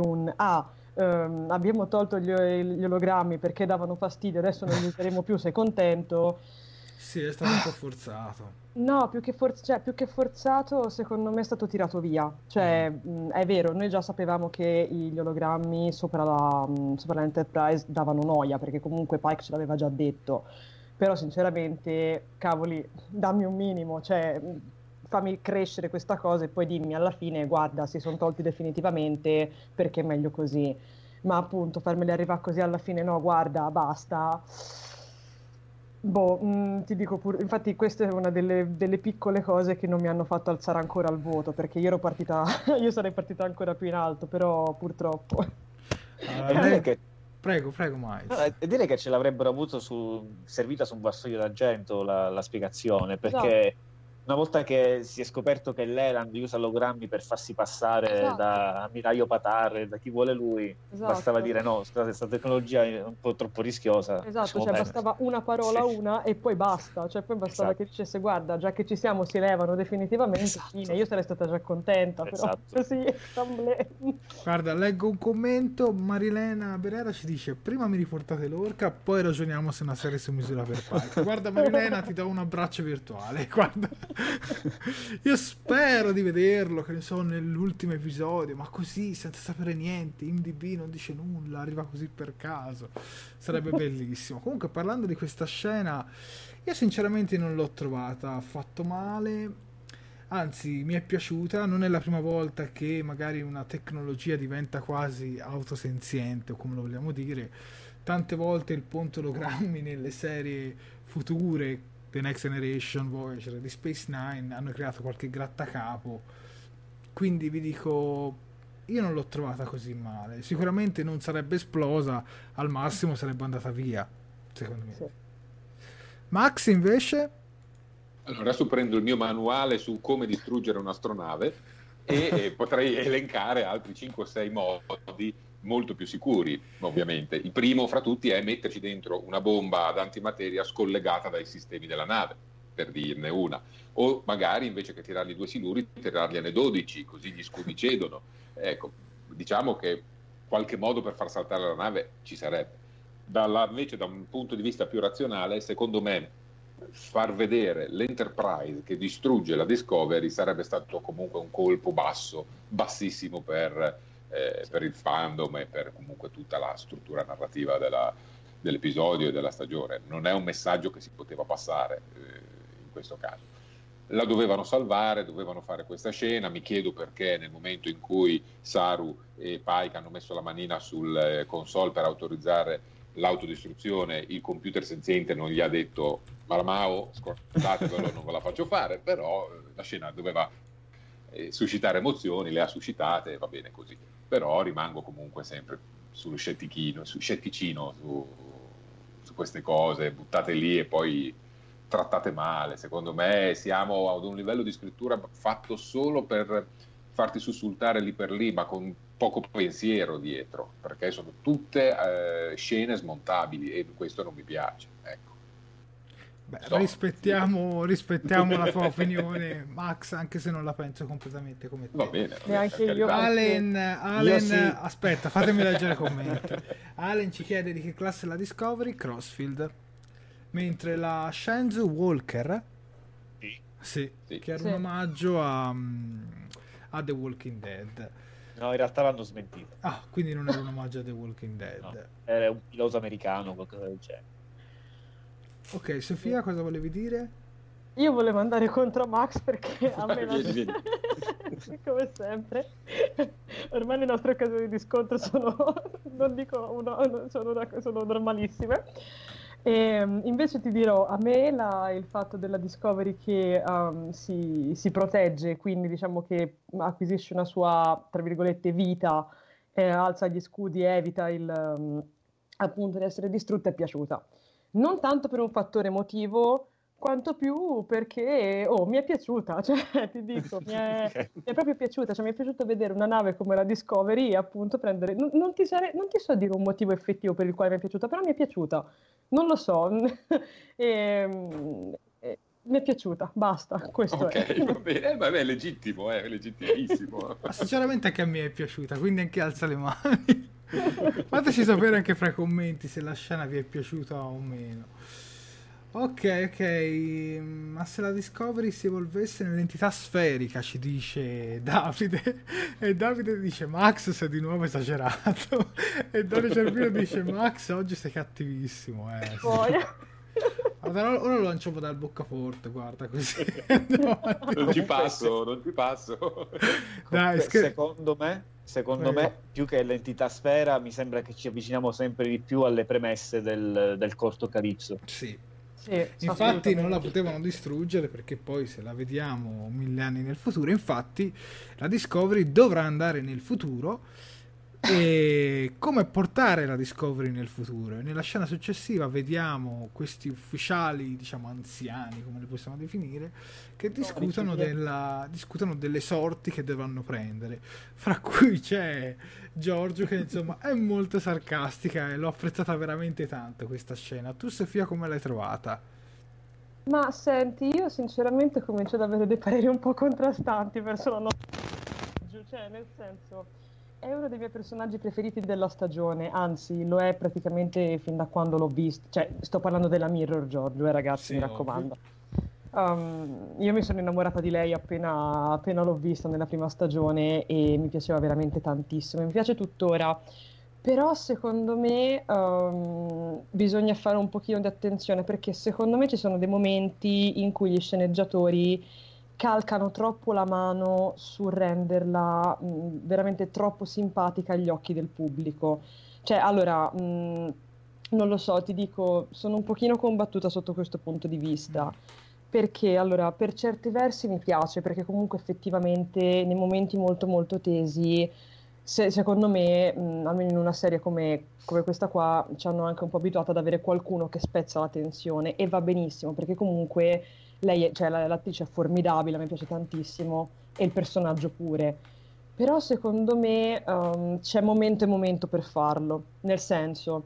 abbiamo tolto gli ologrammi perché davano fastidio, adesso non li useremo più, sei contento? Sì, è stato un po' forzato. No, più che forzato, secondo me è stato tirato via. Cioè, è vero, noi già sapevamo che gli ologrammi sopra l'Enterprise davano noia, perché comunque Pike ce l'aveva già detto. Però sinceramente, cavoli, dammi un minimo, cioè fammi crescere questa cosa e poi dimmi alla fine, guarda, si sono tolti definitivamente perché è meglio così. Ma appunto, farmeli arrivare così alla fine, no, guarda, basta. Ti dico pure, infatti questa è una delle piccole cose che non mi hanno fatto alzare ancora il voto, perché io sarei partita ancora più in alto, però purtroppo. Prego, Miles. No, e dire che ce l'avrebbero avuto servita su un vassoio d'argento la spiegazione, perché una volta che si è scoperto che Leland usa ologrammi per farsi passare da ammiraglio Patar, da chi vuole lui, bastava dire no, scusate, questa tecnologia è un po' troppo rischiosa. Esatto, cioè bastava una parola, una, e poi basta, cioè poi bastava che dicesse guarda, già che ci siamo si levano definitivamente, fine. Io sarei stata già contenta, però così, Guarda, leggo un commento, Marilena Berera ci dice prima mi riportate l'orca, poi ragioniamo se una serie su misura per Pike. Guarda Marilena, ti do un abbraccio virtuale, guarda. Io spero di vederlo, che ne so, nell'ultimo episodio, ma così, senza sapere niente, IMDb non dice nulla, arriva così per caso, sarebbe bellissimo. Comunque, parlando di questa scena, io sinceramente non l'ho trovata affatto male, anzi mi è piaciuta. Non è la prima volta che magari una tecnologia diventa quasi autosenziente, o come lo vogliamo dire. Tante volte il ponte ologrammi nelle serie future, The Next Generation, Voyager, di Space Nine, hanno creato qualche grattacapo, quindi vi dico, io non l'ho trovata così male. Sicuramente non sarebbe esplosa, al massimo sarebbe andata via, secondo me. Max invece? Allora adesso prendo il mio manuale su come distruggere un'astronave e potrei elencare altri 5 o 6 modi molto più sicuri, ovviamente. Il primo fra tutti è metterci dentro una bomba ad antimateria scollegata dai sistemi della nave, per dirne una, o magari invece che tirargli 2 siluri tirargliene 12, così gli scudi cedono. Ecco, diciamo che qualche modo per far saltare la nave ci sarebbe. Invece da un punto di vista più razionale, secondo me far vedere l'Enterprise che distrugge la Discovery sarebbe stato comunque un colpo bassissimo per il fandom e per comunque tutta la struttura narrativa dell'episodio e della stagione. Non è un messaggio che si poteva passare in questo caso. La dovevano salvare, dovevano fare questa scena. Mi chiedo perché nel momento in cui Saru e Pike hanno messo la manina sul console per autorizzare l'autodistruzione, il computer senziente non gli ha detto Maramao, scordatevelo, non ve la faccio fare, però la scena doveva suscitare emozioni, le ha suscitate, va bene così. Però rimango comunque sempre sullo scetticino su queste cose, buttate lì e poi trattate male. Secondo me siamo ad un livello di scrittura fatto solo per farti sussultare lì per lì, ma con poco pensiero dietro, perché sono tutte scene smontabili e questo non mi piace, ecco. Beh, rispettiamo la tua opinione, Max, anche se non la penso completamente come te. Va bene. Neanche io. Allen sì. Aspetta, fatemi leggere il commento. Allen ci chiede di che classe è la Discovery, Crossfield, mentre la Shenzhou Walker sì. Che era un omaggio a The Walking Dead. No, in realtà l'hanno smentito. Ah, quindi non era un omaggio a The Walking Dead. No, era un pilota americano, qualcosa del genere. Ok, Sofia, cosa volevi dire? Io volevo andare contro Max perché a me Vieni. come sempre ormai le nostre occasioni di scontro sono non dico sono normalissime. E invece ti dirò, a me il fatto della Discovery che si protegge, quindi diciamo che acquisisce una sua, tra virgolette, vita, alza gli scudi, evita appunto di essere distrutta, è piaciuta. Non tanto per un fattore emotivo, quanto più perché mi è piaciuta, cioè ti dico, mi è proprio piaciuta, cioè mi è piaciuto vedere una nave come la Discovery e appunto prendere, non ti so dire un motivo effettivo per il quale mi è piaciuta, però mi è piaciuta, non lo so, mi è piaciuta, basta, questo è. Va bene, ma è legittimo, è legittimissimo. Ma sinceramente anche a me è piaciuta, quindi anche alza le mani. Fateci sapere anche fra i commenti se la scena vi è piaciuta o meno. Ok, ma se la Discovery si evolvesse nell'entità sferica, ci dice Davide, e Davide dice Max sei di nuovo esagerato, e Dario Cervino dice Max oggi sei cattivissimo, sì. Allora, ora lo lanciamo dal boccaforte, guarda, così non ci passo. Dai, secondo me più che l'entità sfera mi sembra che ci avviciniamo sempre di più alle premesse del corto Calypso. Sì. Sì, infatti non la potevano distruggere perché poi se la vediamo 1000 anni nel futuro, infatti la Discovery dovrà andare nel futuro. E come portare la Discovery nel futuro? Nella scena successiva vediamo questi ufficiali, diciamo anziani, come li possiamo definire, che discutono delle sorti che dovranno prendere, fra cui c'è Giorgio che insomma è molto sarcastica e l'ho apprezzata veramente tanto questa scena. Tu Sofia come l'hai trovata? Ma senti, io sinceramente comincio ad avere dei pareri un po' contrastanti verso la nostra, cioè nel senso è uno dei miei personaggi preferiti della stagione, anzi lo è praticamente fin da quando l'ho visto, cioè sto parlando della Mirror Giorgio, ragazzi, sì, mi raccomando. Io mi sono innamorata di lei appena l'ho vista nella prima stagione e mi piaceva veramente tantissimo, mi piace tuttora, però secondo me bisogna fare un pochino di attenzione perché secondo me ci sono dei momenti in cui gli sceneggiatori calcano troppo la mano su renderla veramente troppo simpatica agli occhi del pubblico. Cioè, allora, non lo so, ti dico, sono un pochino combattuta sotto questo punto di vista, perché, allora, per certi versi mi piace, perché comunque effettivamente nei momenti molto molto tesi, secondo me, almeno in una serie come questa qua, ci hanno anche un po' abituato ad avere qualcuno che spezza la tensione, e va benissimo, perché comunque lei, cioè l'attrice è formidabile, mi piace tantissimo, e il personaggio pure. Però secondo me c'è momento e momento per farlo, nel senso,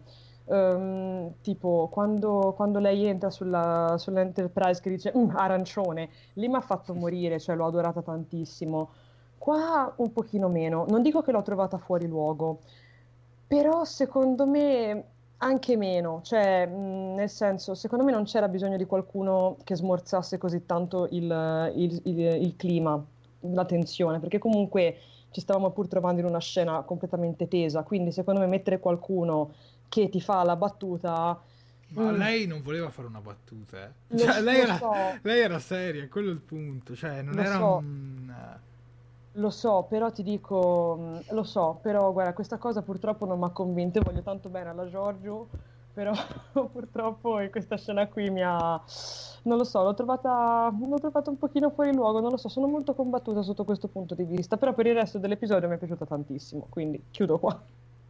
tipo quando lei entra sull'Enterprise che dice arancione, lì mi ha fatto morire, cioè l'ho adorata tantissimo. Qua un pochino meno, non dico che l'ho trovata fuori luogo, Però secondo me anche meno, cioè nel senso, secondo me non c'era bisogno di qualcuno che smorzasse così tanto il clima, la tensione, perché comunque ci stavamo pur trovando in una scena completamente tesa, quindi secondo me mettere qualcuno che ti fa la battuta... Ma lei non voleva fare una battuta, eh. Lo so. Lei era seria, quello è il punto, cioè non Lo era so. un... Lo so, però ti dico, lo so, però guarda, questa cosa purtroppo non mi ha convinto, voglio tanto bene alla Giorgio, però purtroppo in questa scena qui non lo so, l'ho trovata un pochino fuori luogo, non lo so, sono molto combattuta sotto questo punto di vista, però per il resto dell'episodio mi è piaciuta tantissimo, quindi chiudo qua.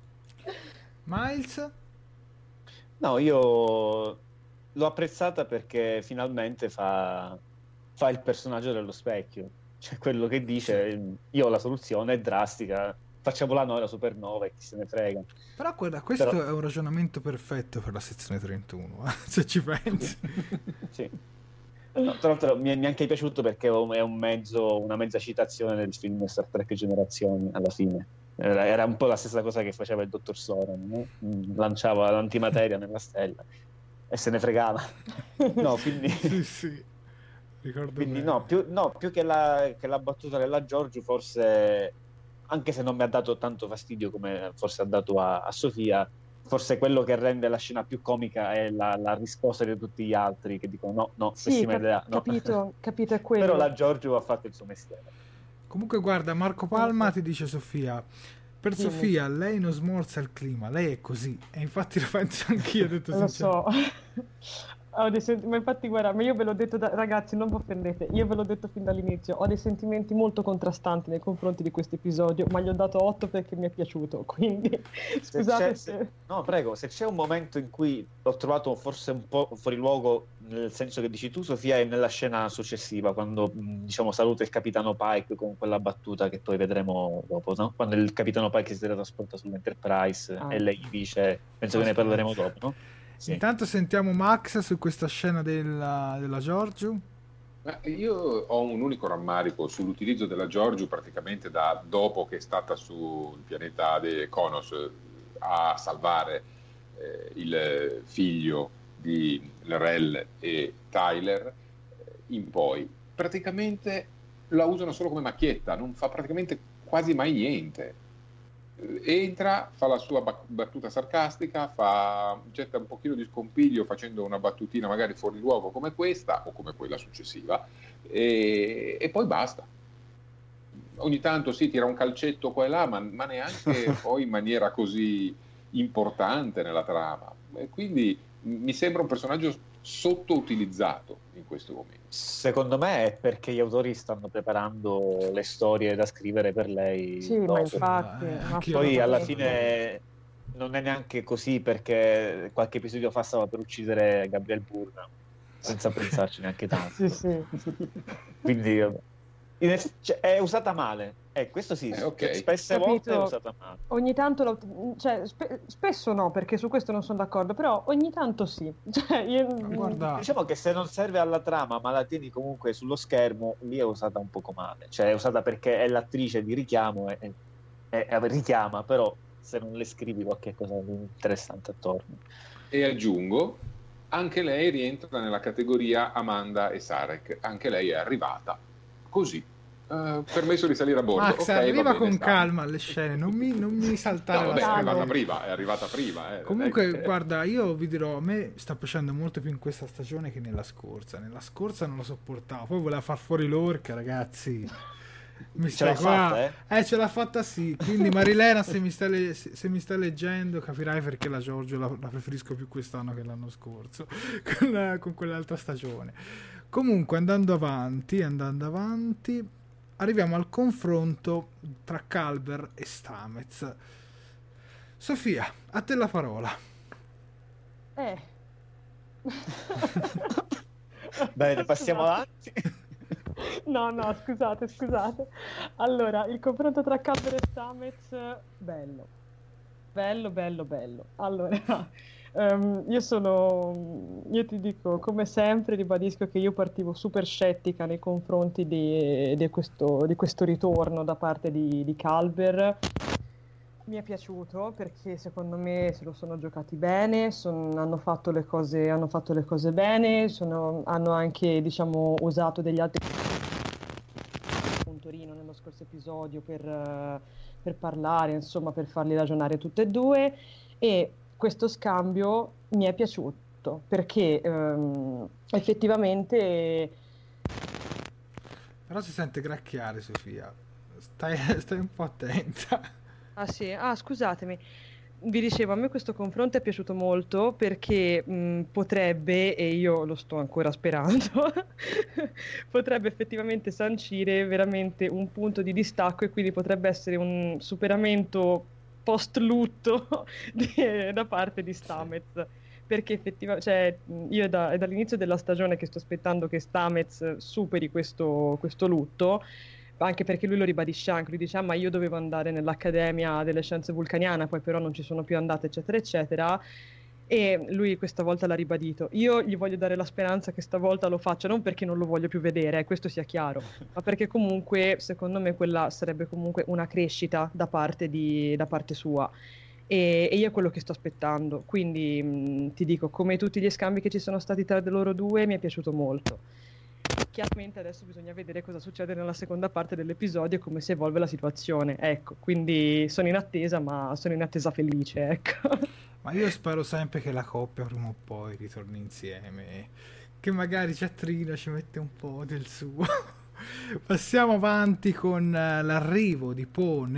Miles? No, io l'ho apprezzata perché finalmente fa il personaggio dello specchio. Cioè, quello che dice, io ho la soluzione, è drastica, facciamola noi la supernova e chi se ne frega. Però guarda, questo è un ragionamento perfetto per la sezione 31, se ci pensi. Sì. No, tra l'altro mi è anche piaciuto perché è una mezza citazione del film Star Trek Generazioni alla fine. Era un po' la stessa cosa che faceva il dottor Soran, no? Lanciava l'antimateria nella stella e se ne fregava. No, quindi... sì. Ricordo quindi bene. più che la battuta della Giorgio, forse, anche se non mi ha dato tanto fastidio come forse ha dato a Sofia, forse quello che rende la scena più comica è la risposta di tutti gli altri che dicono no, Sì, pessima idea. No. capito, è quello. Però la Giorgio ha fatto il suo mestiere. Comunque guarda, Marco Palma ti dice Sofia, per Dimmi. Sofia lei non smorza il clima, lei è così, e infatti lo penso anch'io, ho detto Lo sincero. so. Ma infatti guarda, ma io ve l'ho detto, ragazzi, non vi offendete, io ve l'ho detto fin dall'inizio, ho dei sentimenti molto contrastanti nei confronti di questo episodio, ma gli ho dato 8 perché mi è piaciuto, quindi scusate se... No, prego, se c'è un momento in cui l'ho trovato forse un po' fuori luogo, nel senso che dici tu, Sofia, è nella scena successiva, quando diciamo saluta il capitano Pike con quella battuta che poi vedremo dopo, no? Quando il capitano Pike si teletrasporta sull'Enterprise e lei gli dice, penso che ne parleremo dopo, no? Sì. Intanto sentiamo Max su questa scena della Giorgio. Io ho un unico rammarico sull'utilizzo della Giorgio praticamente da dopo che è stata sul pianeta dei Konos a salvare il figlio di L'Rell e Tyler in poi. Praticamente la usano solo come macchietta, non fa praticamente quasi mai niente. Entra, fa la sua battuta sarcastica, getta un pochino di scompiglio facendo una battutina magari fuori luogo come questa o come quella successiva e poi basta. Ogni tanto si tira un calcetto qua e là, ma neanche poi in maniera così importante nella trama. E quindi mi sembra un personaggio sottoutilizzato in questo momento. Secondo me è perché gli autori stanno preparando le storie da scrivere per lei. Sì, ma infatti... Poi alla fine non è neanche così, perché qualche episodio fa stava per uccidere Gabriel Byrne senza pensarci neanche tanto. Sì. Quindi è usata male. Questo sì, okay. Spesse volte è usata male. Ogni tanto, spesso no, perché su questo non sono d'accordo, però ogni tanto sì. Guarda, diciamo che se non serve alla trama, ma la tieni comunque sullo schermo, lì è usata un poco male. Cioè è usata perché è l'attrice di richiamo e richiama, però se non le scrivi qualche cosa di interessante attorno. E aggiungo, anche lei rientra nella categoria Amanda e Sarek, anche lei è arrivata così. Permesso di salire a bordo. Max, okay, arriva bene, con calma alle scene, non mi saltare no, la strada. È arrivata prima. Comunque, guarda, io vi dirò, a me sta piacendo molto più in questa stagione che nella scorsa. Nella scorsa non lo sopportavo, poi voleva far fuori l'orca, ragazzi. Ce l'ha fatta, ce l'ha fatta, sì. Quindi Marilena, se mi stai leggendo, capirai perché la Giorgio la preferisco più quest'anno che l'anno scorso con quell'altra stagione. Comunque, andando avanti, arriviamo al confronto tra Culber e Stamets. Sofia, a te la parola. Bene, passiamo avanti. No, scusate. Allora, il confronto tra Culber e Stamets, bello. Allora, io ti dico, come sempre, ribadisco che io partivo super scettica nei confronti di questo ritorno da parte di Culber. mi è piaciuto perché secondo me se lo sono giocati bene, hanno fatto le cose bene, hanno anche, diciamo, usato degli altri puntorino nello scorso episodio per parlare, insomma, per farli ragionare tutte e due, e questo scambio mi è piaciuto perché effettivamente... Però si sente gracchiare, Sofia. Stai un po' attenta. Ah sì, scusatemi. Vi dicevo, a me questo confronto è piaciuto molto perché potrebbe, e io lo sto ancora sperando, potrebbe effettivamente sancire veramente un punto di distacco e quindi potrebbe essere un superamento post-lutto da parte di Stamez. Perché effettivamente, cioè, io è dall'inizio della stagione che sto aspettando che Stamez superi questo lutto, anche perché lui lo ribadisce anche, lui dice ma io dovevo andare nell'Accademia delle Scienze Vulcaniane, poi però non ci sono più andata, eccetera eccetera, e lui questa volta l'ha ribadito. Io gli voglio dare la speranza che stavolta lo faccia, non perché non lo voglio più vedere, questo sia chiaro, ma perché comunque secondo me quella sarebbe comunque una crescita da parte sua, e io è quello che sto aspettando, quindi ti dico, come tutti gli scambi che ci sono stati tra loro due, mi è piaciuto molto. Chiaramente adesso bisogna vedere cosa succede nella seconda parte dell'episodio e come si evolve la situazione, ecco, quindi sono in attesa, ma sono in attesa felice, ecco. Ma io spero sempre che la coppia prima o poi ritorni insieme, che magari Ciatrino ci mette un po' del suo. Passiamo avanti con l'arrivo di Poe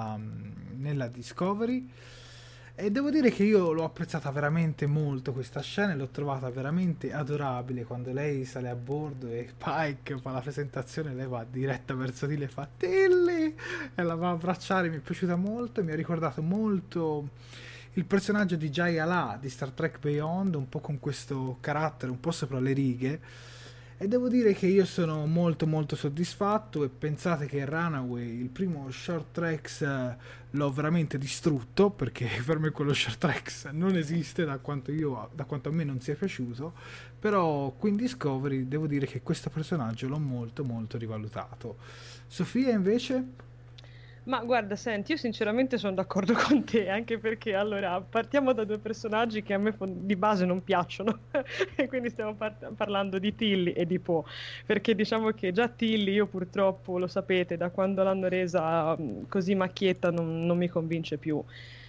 nella Discovery. E devo dire che io l'ho apprezzata veramente molto questa scena, e l'ho trovata veramente adorabile quando lei sale a bordo e Pike fa la presentazione, lei va diretta verso di lei e fa Tilly e la va a abbracciare. Mi è piaciuta molto, mi ha ricordato molto il personaggio di Jai Alà di Star Trek Beyond, un po' con questo carattere un po' sopra le righe, e devo dire che io sono molto molto soddisfatto. E pensate che Runaway, il primo short tracks, l'ho veramente distrutto, perché per me quello short tracks non esiste, da quanto a me non sia piaciuto. Però qui in Discovery devo dire che questo personaggio l'ho molto molto rivalutato. Sofia invece? Ma guarda, senti, io sinceramente sono d'accordo con te, anche perché allora partiamo da due personaggi che a me di base non piacciono, e quindi stiamo parlando di Tilly e di Poe, perché diciamo che già Tilly, io purtroppo, lo sapete, da quando l'hanno resa così macchietta non mi convince più.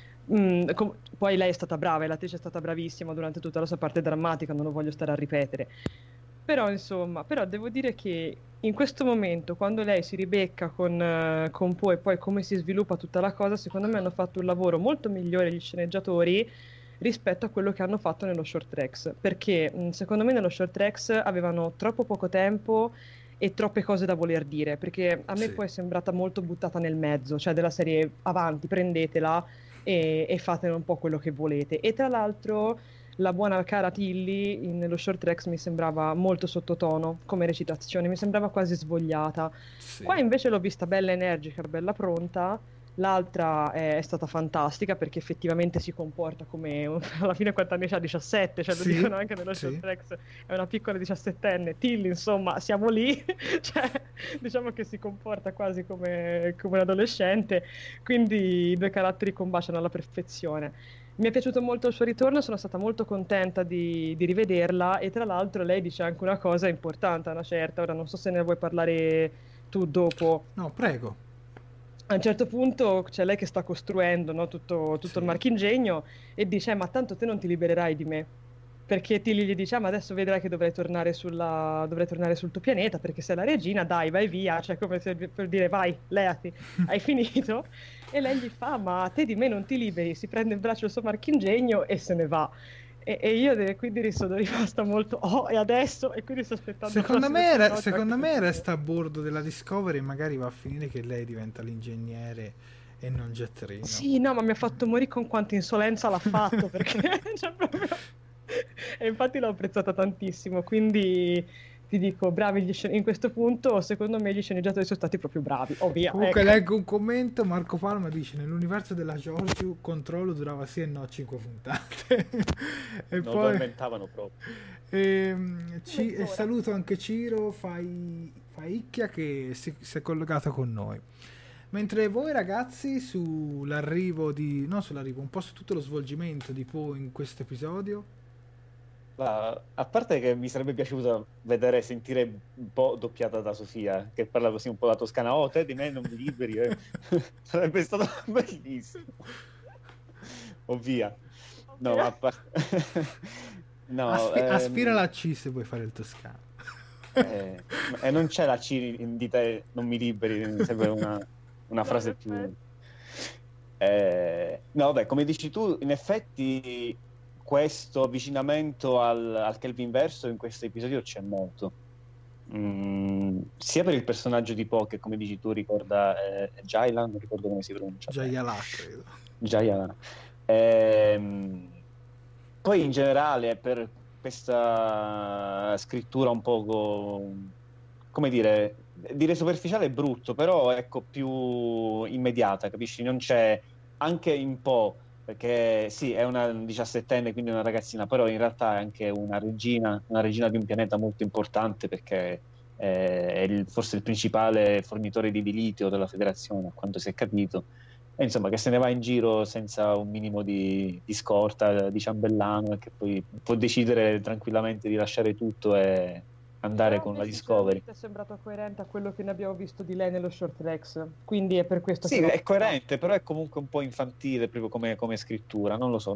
Poi lei è stata brava, e l'attrice è stata bravissima durante tutta la sua parte drammatica, non lo voglio stare a ripetere. Però insomma, devo dire che in questo momento, quando lei si ribecca con Poe e poi come si sviluppa tutta la cosa, secondo me hanno fatto un lavoro molto migliore gli sceneggiatori rispetto a quello che hanno fatto nello short tracks, perché secondo me nello short tracks avevano troppo poco tempo e troppe cose da voler dire, perché a me Sì. poi è sembrata molto buttata nel mezzo, cioè della serie avanti, prendetela e fatene un po' quello che volete. E tra l'altro la buona cara Tilly nello short tracks mi sembrava molto sottotono come recitazione, mi sembrava quasi svogliata. Sì. Qua invece l'ho vista bella energica, bella pronta. L'altra è stata fantastica perché effettivamente si comporta come alla fine quanti anni c'ha? 17, cioè lo Sì, dicono anche nello sì. short tracks, è una piccola 17enne. Tilly, insomma, siamo lì, cioè diciamo che si comporta quasi come un adolescente, quindi i due caratteri combaciano alla perfezione. Mi è piaciuto molto il suo ritorno, sono stata molto contenta di rivederla, e tra l'altro lei dice anche una cosa importante, una certa, ora non so se ne vuoi parlare tu dopo. No, prego. A un certo punto c'è lei che sta costruendo, no, tutto Sì. il marchingegno, e dice ma tanto te non ti libererai di me, perché Tilly gli dice ma adesso vedrai che dovrai tornare sul tuo pianeta perché sei la regina, dai vai via, cioè come per dire vai, leati, hai finito. E lei gli fa ma te di me non ti liberi, si prende in braccio il suo marchingegno e se ne va. E io quindi sono rimasta molto e adesso, e quindi sto aspettando Secondo me resta a bordo della Discovery e magari va a finire che lei diventa l'ingegnere e non Jettrino. Sì, no, ma mi ha fatto morire con quanta insolenza l'ha fatto, perché cioè, proprio... E infatti l'ho apprezzata tantissimo, quindi ti dico, bravi in questo punto, secondo me gli sceneggiatori sono stati proprio bravi, via. Comunque ecco. leggo un commento, Marco Palma dice nell'universo della Giorgio Controllo durava sì e no 5 puntate. E Non poi tormentavano proprio. e saluto anche Ciro Faicchia che si è collegato con noi. Mentre voi ragazzi un po' su tutto lo svolgimento di Poe in questo episodio? A parte che mi sarebbe piaciuto vedere e sentire un po' doppiata da Sofia, che parla così un po' la toscana. Oh, te di me non mi liberi. Sarebbe stato bellissimo. Ovvia. No, ma a parte... no, aspira la C se vuoi fare il toscano. E non c'è la C in di te non mi liberi, mi sembra una frase più... no, beh, come dici tu, in effetti questo avvicinamento al Kelvin verso in questo episodio c'è molto. Sia per il personaggio di Poe, che come dici tu ricorda Jaylan, non ricordo come si pronuncia. Jayala, credo. Jayala. Poi in generale per questa scrittura un po' come dire superficiale è brutto, però ecco più immediata, capisci? Non c'è, anche in Poe, perché sì, è una 17enne, quindi una ragazzina, però in realtà è anche una regina di un pianeta molto importante, perché è forse il principale fornitore di dilitio della federazione, a quanto si è capito. E insomma, che se ne va in giro senza un minimo di scorta, di ciambellano, e che poi può decidere tranquillamente di lasciare tutto e andare però con la Discovery. È sembrato coerente a quello che ne abbiamo visto di lei nello short tracks, quindi è per questo sì, che è coerente, però è comunque un po' infantile proprio come scrittura, non lo so,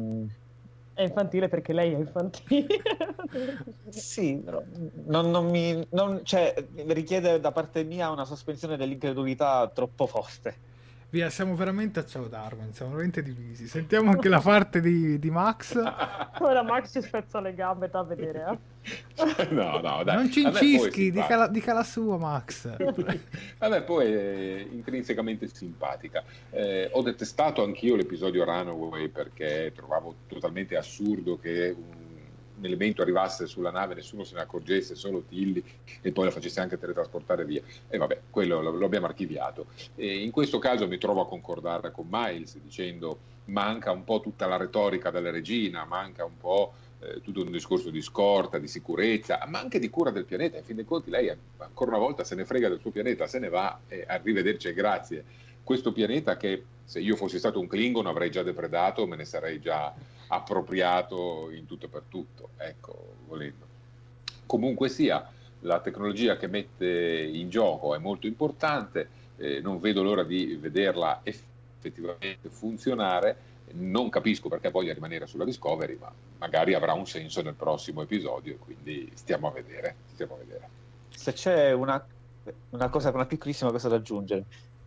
è infantile perché lei è infantile. sì, però cioè, richiede da parte mia una sospensione dell'incredulità troppo forte. Via, siamo veramente a Ciao Darwin, siamo veramente divisi. Sentiamo anche la parte di Max. Ora Max si spezza le gambe da vedere, No, dai. Non ci incischi, dica la sua, Max. Vabbè, poi è intrinsecamente simpatica. Ho detestato anch'io l'episodio Runaway, perché trovavo totalmente assurdo che un elemento arrivasse sulla nave, nessuno se ne accorgesse, solo Tilly, e poi la facesse anche teletrasportare via. E vabbè, quello lo abbiamo archiviato. E in questo caso mi trovo a concordare con Miles, dicendo manca un po' tutta la retorica della regina, manca un po' tutto un discorso di scorta, di sicurezza, ma anche di cura del pianeta. In fin dei conti lei ancora una volta se ne frega del suo pianeta, se ne va, e arrivederci e grazie. Questo pianeta che, se io fossi stato un Klingon, avrei già depredato, me ne sarei già appropriato in tutto e per tutto, ecco, volendo. Comunque sia, la tecnologia che mette in gioco è molto importante, non vedo l'ora di vederla effettivamente funzionare. Non capisco perché voglia rimanere sulla Discovery, ma magari avrà un senso nel prossimo episodio, quindi stiamo a vedere. Se c'è una piccolissima cosa da aggiungere,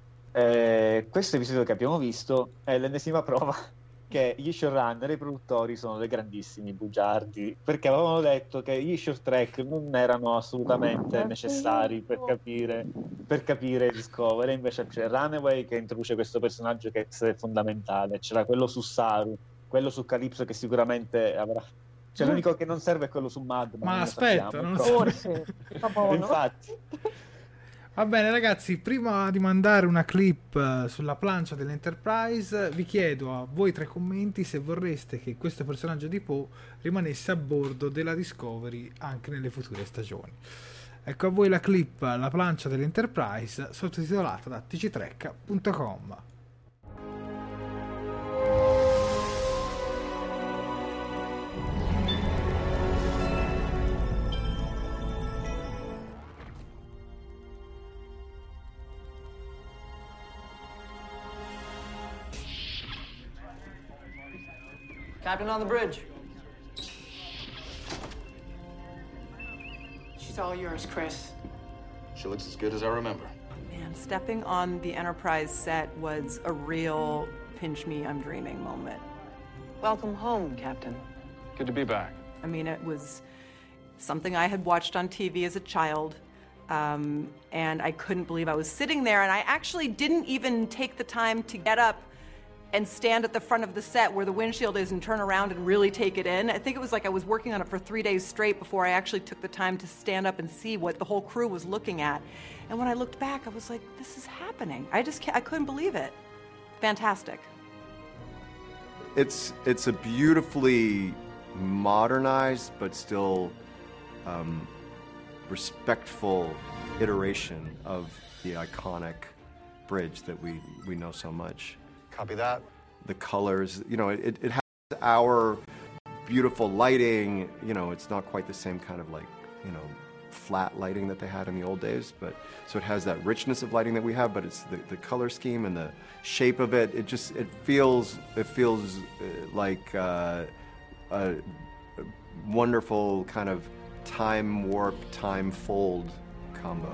questo episodio che abbiamo visto è l'ennesima prova che gli showrunner e i produttori sono dei grandissimi bugiardi, perché avevano detto che gli short track non erano assolutamente necessari per capire Discovery. Invece c'è Runaway che introduce questo personaggio che è fondamentale, c'era quello su Saru, quello su Calypso che sicuramente avrà, cioè l'unico che non serve è quello su Mad, ma aspetta, non forse infatti. Va bene ragazzi, prima di mandare una clip sulla plancia dell'Enterprise, vi chiedo a voi 3 commenti se vorreste che questo personaggio di Poe rimanesse a bordo della Discovery anche nelle future stagioni. Ecco a voi la clip, la plancia dell'Enterprise, sottotitolata da tctrek.com. Captain on the bridge. She's all yours, Chris. She looks as good as I remember. Man, stepping on the Enterprise set was a real pinch me, I'm dreaming moment. Welcome home, Captain. Good to be back. I mean, it was something I had watched on TV as a child, and I couldn't believe I was sitting there, and I actually didn't even take the time to get up and stand at the front of the set where the windshield is and turn around and really take it in. I think it was like I was working on it for 3 days straight before I actually took the time to stand up and see what the whole crew was looking at. And when I looked back, I was like, this is happening. I couldn't believe it. Fantastic. It's a beautifully modernized but still respectful iteration of the iconic bridge that we know so much. Copy that. The colors, you know, it has our beautiful lighting. You know, it's not quite the same kind of like, you know, flat lighting that they had in the old days, but so it has that richness of lighting that we have, but it's the color scheme and the shape of it. It feels like a wonderful kind of time warp, time fold combo.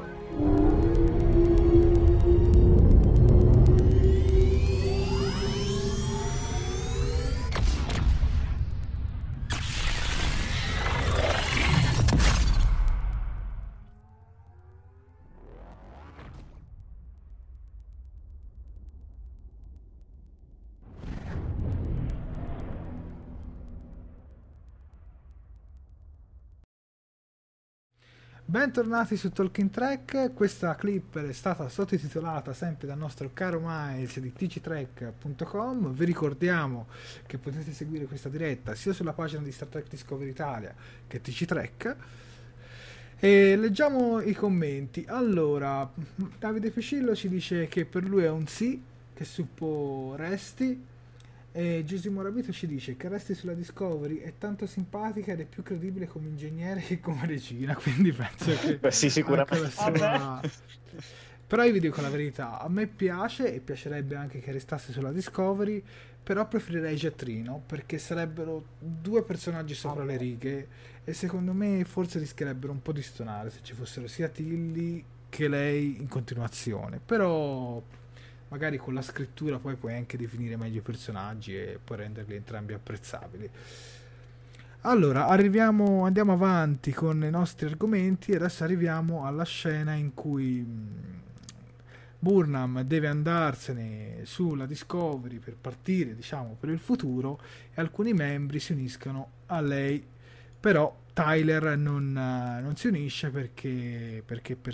Bentornati su Talking Trek. Questa clip è stata sottotitolata sempre dal nostro caro Miles di tctrek.com. Vi ricordiamo che potete seguire questa diretta sia sulla pagina di Star Trek Discovery Italia che TCTrek. E leggiamo i commenti. Allora, Davide Pescillo ci dice che per lui è un sì, che suppo resti. E Giusimo Rabito ci dice che resti sulla Discovery, è tanto simpatica ed è più credibile come ingegnere che come regina, quindi penso che beh, sì, sicuramente sua... Però io vi dico la verità, a me piace e piacerebbe anche che restasse sulla Discovery, però preferirei Jettrino perché sarebbero due personaggi sopra le righe e secondo me forse rischierebbero un po' di stonare se ci fossero sia Tilly che lei in continuazione, però magari con la scrittura poi puoi anche definire meglio i personaggi e poi renderli entrambi apprezzabili. Allora, andiamo avanti con i nostri argomenti e adesso arriviamo alla scena in cui Burnham deve andarsene sulla Discovery per partire, diciamo, per il futuro e alcuni membri si uniscono a lei, però Tyler non si unisce perché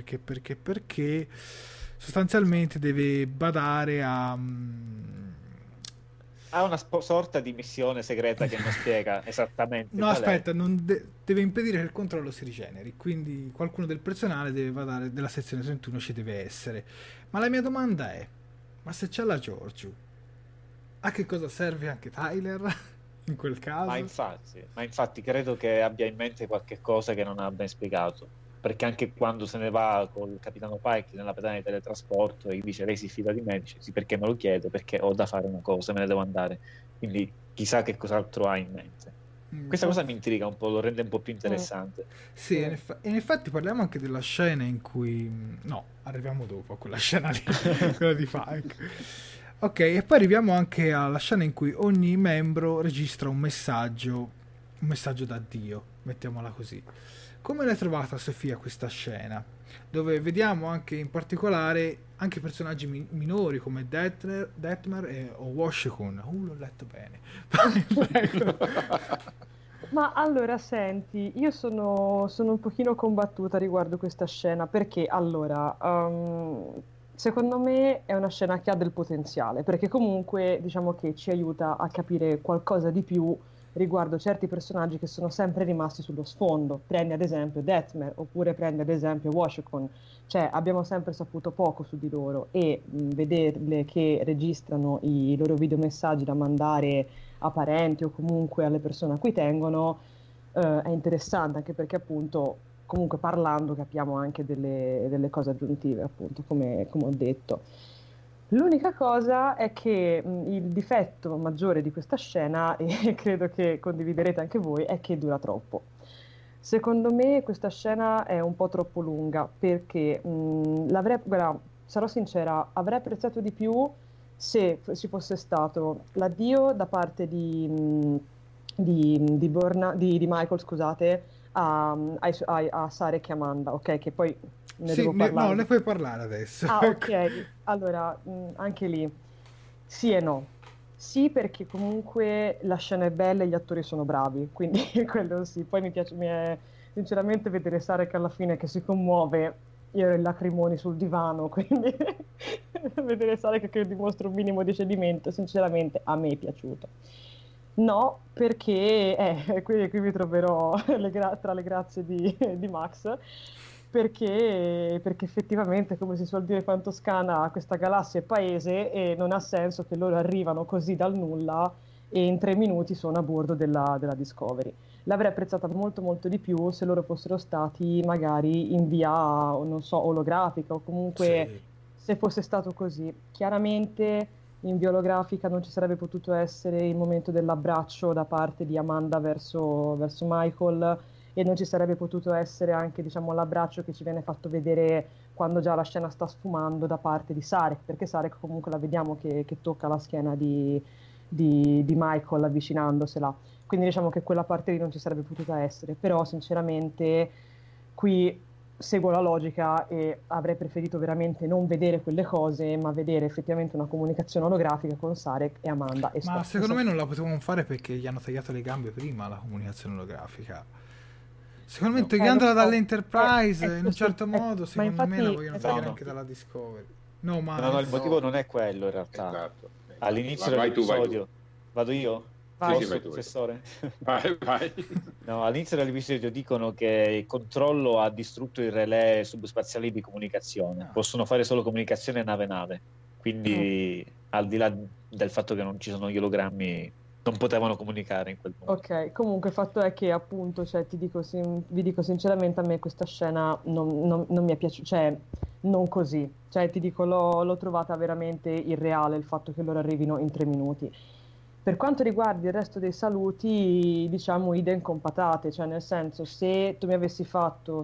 sostanzialmente deve badare a una sorta di missione segreta che non spiega esattamente. No, aspetta, deve impedire che il controllo si rigeneri, quindi qualcuno del personale deve badare, della sezione 31 ci deve essere. Ma la mia domanda è, ma se c'è la Georgiou, a che cosa serve anche Tyler in quel caso? Ma infatti credo che abbia in mente qualche cosa che non ha ben spiegato. Perché anche quando se ne va col capitano Pike nella pedana di teletrasporto e dice lei si fida di me, dice sì, perché me lo chiedo, perché ho da fare una cosa, me ne devo andare, quindi chissà che cos'altro ha in mente. Questa cosa mi intriga un po', lo rende un po' più interessante. Sì, e in effetti parliamo anche della scena in cui arriviamo dopo a quella scena lì quella di Pike. Ok, e poi arriviamo anche alla scena in cui ogni membro registra un messaggio d'addio, mettiamola così. Come l'hai trovata, Sofia, questa scena? Dove vediamo anche in particolare anche personaggi minori come Detmer o Washington. L'ho letto bene. Prego. Ma allora, senti, io sono un pochino combattuta riguardo questa scena, perché allora, secondo me è una scena che ha del potenziale, perché comunque diciamo che ci aiuta a capire qualcosa di più riguardo certi personaggi che sono sempre rimasti sullo sfondo. Prendi ad esempio Detmer, oppure prendi ad esempio Washington, cioè abbiamo sempre saputo poco su di loro e vederle che registrano i loro videomessaggi da mandare a parenti o comunque alle persone a cui tengono è interessante, anche perché appunto comunque parlando capiamo anche delle cose aggiuntive, appunto come ho detto. L'unica cosa è che il difetto maggiore di questa scena, e credo che condividerete anche voi, è che dura troppo. Secondo me questa scena è un po' troppo lunga, perché guarda, sarò sincera, avrei apprezzato di più se ci fosse stato l'addio da parte di Michael, scusate, a Sarek e Amanda, ok? Che poi devo parlare. No, ne puoi parlare adesso. Ah, ok. Allora, anche lì, sì e no. Sì, perché comunque la scena è bella e gli attori sono bravi, quindi quello sì. Poi mi piace, sinceramente, vedere Sarek alla fine che si commuove, io ero in lacrimoni sul divano, quindi vedere Sarek che dimostra un minimo di cedimento, sinceramente, a me è piaciuto. No, perché qui mi troverò tra le grazie di Max, perché effettivamente, come si suol dire qua in Toscana, questa galassia è paese e non ha senso che loro arrivano così dal nulla e in 3 minuti sono a bordo della Discovery. L'avrei apprezzata molto molto di più se loro fossero stati magari in via, non so, olografica, o comunque se fosse stato così. Chiaramente in via olografica non ci sarebbe potuto essere il momento dell'abbraccio da parte di Amanda verso Michael, e non ci sarebbe potuto essere anche, diciamo, l'abbraccio che ci viene fatto vedere quando già la scena sta sfumando da parte di Sarek, perché Sarek comunque la vediamo che tocca la schiena di Michael avvicinandosela. Quindi diciamo che quella parte lì non ci sarebbe potuta essere, però sinceramente qui seguo la logica e avrei preferito veramente non vedere quelle cose, ma vedere effettivamente una comunicazione olografica con Sarek e Amanda. E ma secondo me non la potevamo fare perché gli hanno tagliato le gambe prima la comunicazione olografica. Secondo me togliendola dall'Enterprise in un certo modo, secondo me la vogliono tagliare anche dalla Discovery. No, il motivo non è quello in realtà. Esatto. All'inizio dell'episodio... Vado io? Vai tu. Professore? Vai. No, all'inizio dell'episodio dicono che il controllo ha distrutto i relè subspaziali di comunicazione. Possono fare solo comunicazione nave-nave. Quindi, al di là del fatto che non ci sono gli ologrammi, non potevano comunicare in quel modo. Ok, comunque il fatto è che appunto, cioè, vi dico sinceramente, a me questa scena non mi è piaciuta, cioè non così, cioè ti dico l'ho trovata veramente irreale il fatto che loro arrivino in 3 minuti. Per quanto riguarda il resto dei saluti, diciamo idem con patate, cioè nel senso, se tu mi avessi fatto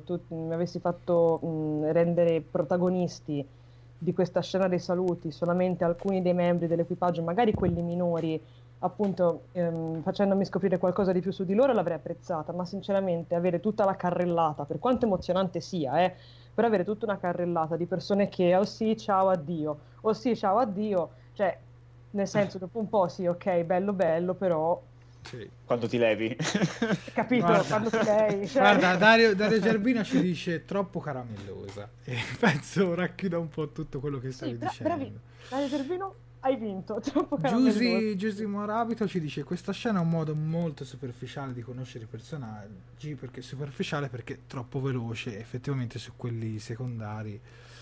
rendere protagonisti di questa scena dei saluti solamente alcuni dei membri dell'equipaggio, magari quelli minori, appunto facendomi scoprire qualcosa di più su di loro, l'avrei apprezzata, ma sinceramente avere tutta la carrellata, per quanto emozionante sia, però avere tutta una carrellata di persone che oh sì, ciao, addio, oh sì, ciao, addio, cioè nel senso, dopo un po' sì, ok, bello, però sì. Quando ti levi, capito? Quando ti levi, cioè... Guarda, Dario Gerbino ci dice troppo caramellosa e penso racchiuda un po' tutto quello che stavi dicendo. Dario Gerbino, hai vinto, troppo caramellosa. Giusy Morabito ci dice: questa scena è un modo molto superficiale di conoscere i personaggi, perché superficiale perché troppo veloce effettivamente su quelli secondari.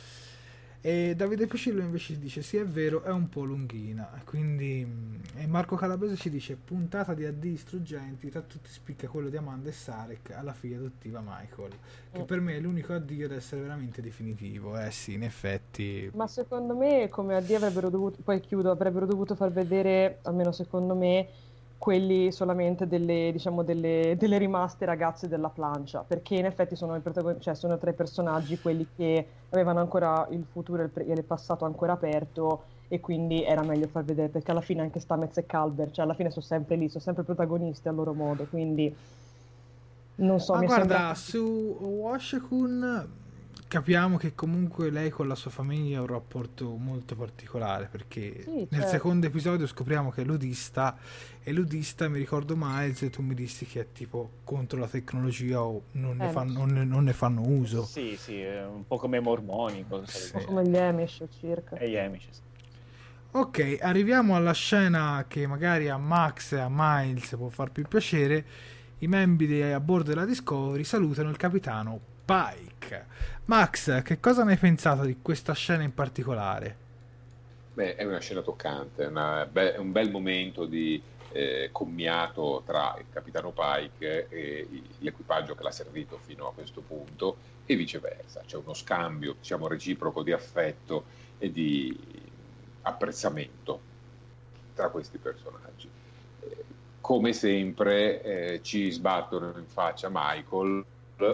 E Davide Fucillo invece dice: sì, è vero, è un po' lunghina. Quindi, e Marco Calabrese ci dice: puntata di addii struggenti, tra tutti spicca quello di Amanda e Sarek alla figlia adottiva Michael, che per me è l'unico addio ad essere veramente definitivo. Sì, in effetti. Ma secondo me come addii avrebbero dovuto far vedere, almeno secondo me, quelli solamente delle rimaste ragazze della plancia, perché in effetti sono sono 3 personaggi quelli che avevano ancora il futuro e il passato ancora aperto, e quindi era meglio far vedere, perché alla fine anche Stamets e Culber, cioè alla fine sono sempre lì, sono sempre protagonisti a loro modo, quindi non so. Ma guarda, su Washington capiamo che comunque lei con la sua famiglia ha un rapporto molto particolare, perché nel secondo episodio scopriamo che è ludista, e ludista, mi ricordo Miles, e tu mi dissi che è tipo contro la tecnologia o non ne fanno uso. Sì, è un po' come i mormoni, un po' come gli Amish circa. E gli Amish. Ok, arriviamo alla scena che magari a Max e a Miles può far più piacere. I membri a bordo della Discovery salutano il capitano Pike. Max, che cosa ne hai pensato di questa scena in particolare? Beh, è una scena toccante, è un bel momento di commiato tra il capitano Pike e l'equipaggio che l'ha servito fino a questo punto, e viceversa. C'è uno scambio, diciamo, reciproco di affetto e di apprezzamento tra questi personaggi. Come sempre ci sbattono in faccia Michael,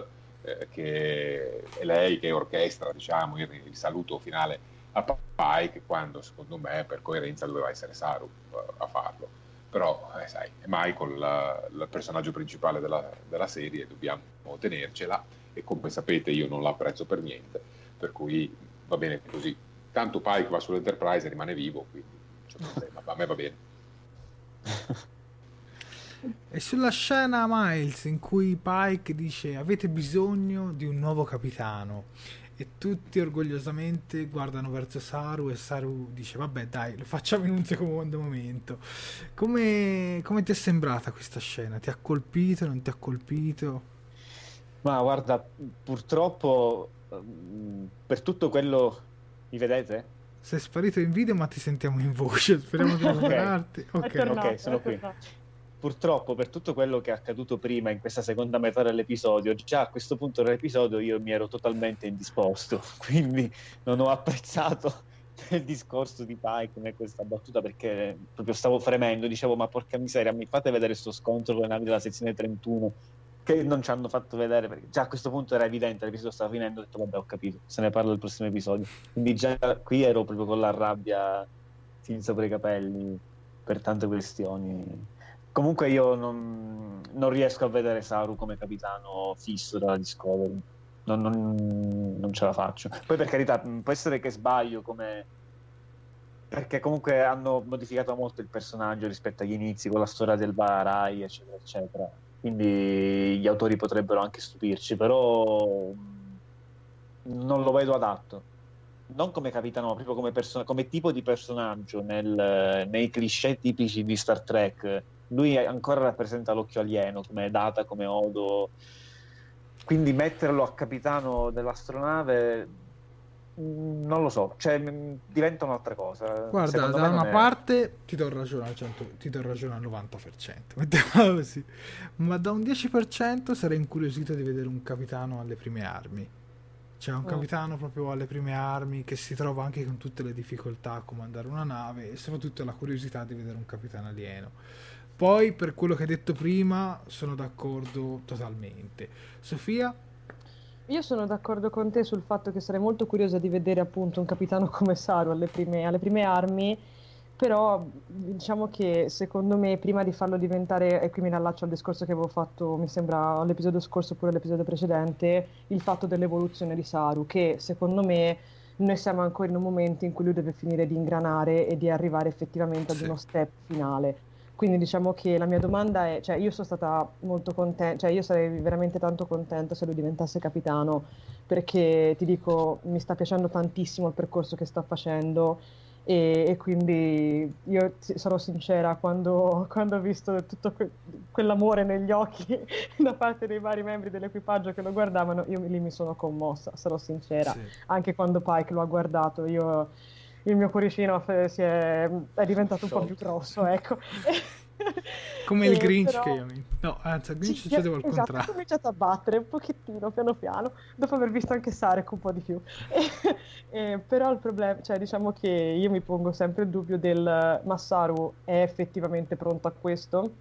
che è lei che orchestra, diciamo, il saluto finale a Pike, quando secondo me per coerenza doveva essere Saru a farlo, però sai, è Michael il personaggio principale della serie, dobbiamo tenercela, e come sapete io non l'apprezzo per niente, per cui va bene così, tanto Pike va sull'Enterprise e rimane vivo, quindi non c'è problema, a me va bene. E sulla scena Miles in cui Pike dice: avete bisogno di un nuovo capitano, e tutti orgogliosamente guardano verso Saru, e Saru dice: vabbè dai, lo facciamo in un secondo momento. Come ti è sembrata questa scena? Ti ha colpito, non ti ha colpito? Ma guarda, purtroppo per tutto quello... Mi vedete? Sei sparito in video ma ti sentiamo in voce, speriamo di recuperarti. Ok, sono qui. Purtroppo per tutto quello che è accaduto prima in questa seconda metà dell'episodio, già a questo punto dell'episodio io mi ero totalmente indisposto, quindi non ho apprezzato il discorso di Pike né questa battuta, perché proprio stavo fremendo, dicevo ma porca miseria, mi fate vedere sto scontro con le navi della sezione 31 che non ci hanno fatto vedere, perché già a questo punto era evidente, l'episodio stava finendo, ho detto vabbè, ho capito, se ne parla il prossimo episodio, quindi già qui ero proprio con la rabbia fin sopra i capelli per tante questioni. Comunque io non riesco a vedere Saru come capitano fisso della Discovery, non ce la faccio. Poi per carità, può essere che sbaglio, perché comunque hanno modificato molto il personaggio rispetto agli inizi con la storia del Baharai eccetera eccetera, quindi gli autori potrebbero anche stupirci, però non lo vedo adatto, non come capitano, ma proprio come tipo di personaggio nei cliché tipici di Star Trek. Lui ancora rappresenta l'occhio alieno, come Data, come Odo, quindi metterlo a capitano dell'astronave non lo so, cioè diventa un'altra cosa. Guarda, da una parte ti do ragione al 90%, mettiamola così, ma da un 10% sarei incuriosito di vedere un capitano alle prime armi, cioè un capitano proprio alle prime armi che si trova anche con tutte le difficoltà a comandare una nave, e soprattutto la curiosità di vedere un capitano alieno. Poi per quello che hai detto prima sono d'accordo totalmente. Sofia? Io sono d'accordo con te sul fatto che sarei molto curiosa di vedere appunto un capitano come Saru alle prime armi, però diciamo che secondo me prima di farlo diventare, e qui mi riallaccio al discorso che avevo fatto, mi sembra all'episodio scorso oppure all'episodio precedente, il fatto dell'evoluzione di Saru, che secondo me noi siamo ancora in un momento in cui lui deve finire di ingranare e di arrivare effettivamente ad uno step finale. Quindi diciamo che la mia domanda è, cioè io sono stata molto contenta, cioè io sarei veramente tanto contenta se lui diventasse capitano, perché ti dico, mi sta piacendo tantissimo il percorso che sta facendo, e quindi io sarò sincera, quando ho visto tutto quell'amore negli occhi da parte dei vari membri dell'equipaggio che lo guardavano, io lì mi sono commossa, sarò sincera. Sì. Anche quando Pike lo ha guardato, il mio cuoricino è diventato un po' più grosso, ecco. Come il Grinch, però... che io no, anzi, il Grinch succedeva al contrario. Ho cominciato a battere un pochettino, piano piano, dopo aver visto anche Sarek un po' di più. Però il problema, cioè diciamo che io mi pongo sempre il dubbio del Saru è effettivamente pronto a questo?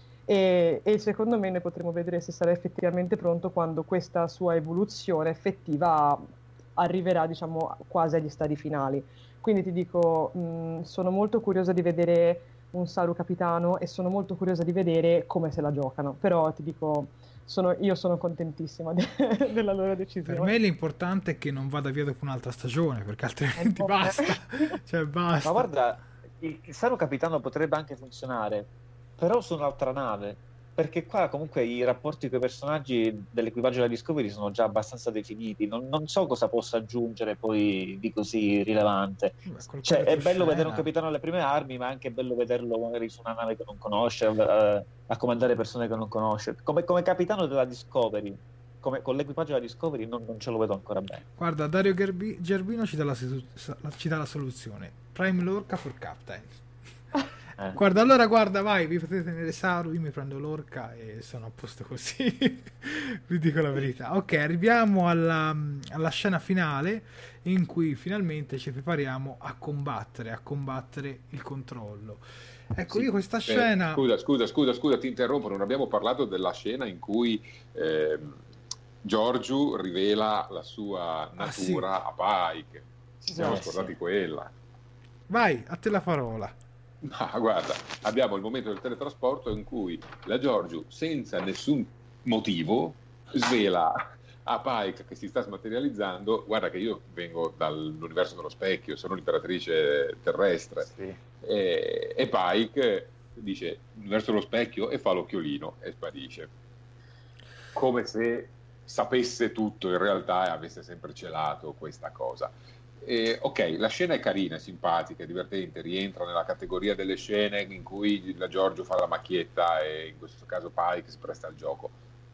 E secondo me ne potremo vedere se sarà effettivamente pronto quando questa sua evoluzione effettiva arriverà, diciamo, quasi agli stadi finali. Quindi ti dico, sono molto curiosa di vedere un Saru capitano e sono molto curiosa di vedere come se la giocano. Però ti dico, io sono contentissima della loro decisione. Per me l'importante è che non vada via dopo un'altra stagione, perché altrimenti basta. Cioè basta. Ma guarda, il Saru capitano potrebbe anche funzionare, però su un'altra nave. Perché qua comunque i rapporti con i personaggi dell'equipaggio della Discovery sono già abbastanza definiti, non so cosa possa aggiungere poi di così rilevante. Cioè è bello vedere un capitano alle prime armi, ma è anche bello vederlo magari su una nave che non conosce, a comandare persone che non conosce. Come capitano della Discovery, con l'equipaggio della Discovery non ce lo vedo ancora bene. Guarda, Dario Gerbino ci dà la soluzione: Prime Lorca for Captain. Guarda, vai, vi potete tenere Saru, io mi prendo l'orca e sono a posto così. Vi dico la verità. Ok, arriviamo alla scena finale in cui finalmente ci prepariamo a combattere il controllo. Ecco, sì, io questa scena... Scusa, ti interrompo, non abbiamo parlato della scena in cui Giorgio rivela la sua natura a Pike. Ci siamo scordati quella. Vai, a te la parola. Ma guarda, abbiamo il momento del teletrasporto in cui la Giorgio, senza nessun motivo, svela a Pike che si sta smaterializzando: guarda che io vengo dall'universo dello specchio, sono l'imperatrice terrestre. Sì. E Pike dice l'universo dello specchio e fa l'occhiolino e sparisce, come se sapesse tutto in realtà e avesse sempre celato questa cosa. Ok, la scena è carina, è simpatica, è divertente, rientra nella categoria delle scene in cui la Giorgio fa la macchietta e in questo caso Pike si presta al gioco,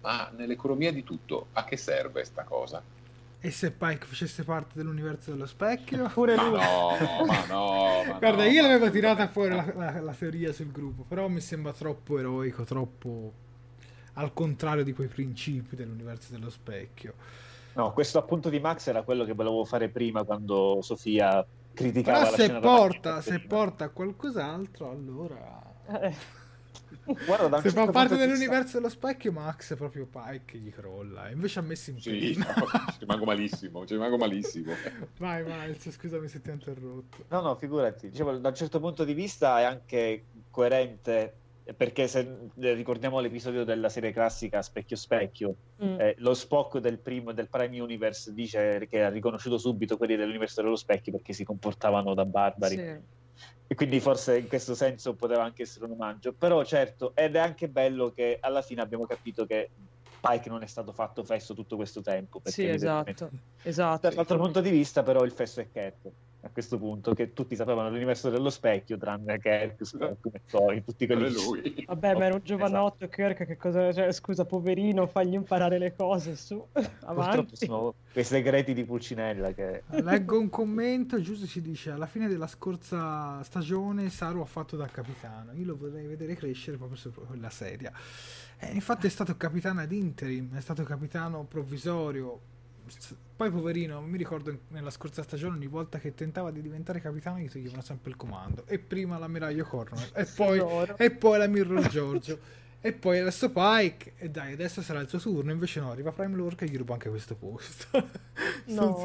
ma nell'economia di tutto, a che serve sta cosa? E se Pike facesse parte dell'universo dello specchio? Pure lui. Ma no. Guarda, io l'avevo tirata fuori la teoria sul gruppo, però mi sembra troppo eroico, troppo al contrario di quei principi dell'universo dello specchio. No, questo appunto di Max era quello che volevo fare prima quando Sofia criticava però la scena. se porta a qualcos'altro, allora... Guarda, se fa parte dell'universo dello specchio, Max è proprio Pike gli crolla. Invece ha messo in ci rimango malissimo. Vai Miles, scusami se ti ho interrotto. No, figurati. Dicevo, da un certo punto di vista è anche coerente, perché se ricordiamo l'episodio della serie classica Specchio, lo Spock del Prime Universe dice che ha riconosciuto subito quelli dell'universo dello specchio perché si comportavano da barbari. Sì. E quindi forse in questo senso poteva anche essere un omaggio, però certo, ed è anche bello che alla fine abbiamo capito che Pike non è stato fatto fesso tutto questo tempo, perché sì, esatto. Dall'altro punto di vista però il fesso è Kirk a questo punto, che tutti sapevano l'universo dello specchio tranne Kirk, come so, in tutti quelli lui. Vabbè, ma era un giovanotto, esatto. Kirk, che cosa, cioè, scusa, poverino, fagli imparare le cose, su, avanti. Purtroppo sono quei segreti di Pulcinella che... Leggo un commento, giusto, ci dice: alla fine della scorsa stagione Saru ha fatto da capitano, io lo vorrei vedere crescere proprio su quella sedia. Infatti è stato capitano ad interim, è stato capitano provvisorio. Poi poverino, mi ricordo nella scorsa stagione ogni volta che tentava di diventare capitano gli toglievano sempre il comando, e prima l'ammiraglio Cornwell e poi la Mirror Giorgio e poi adesso Pike, e dai, adesso sarà il suo turno. Invece no, arriva Prime Lorca e gli ruba anche questo posto. No,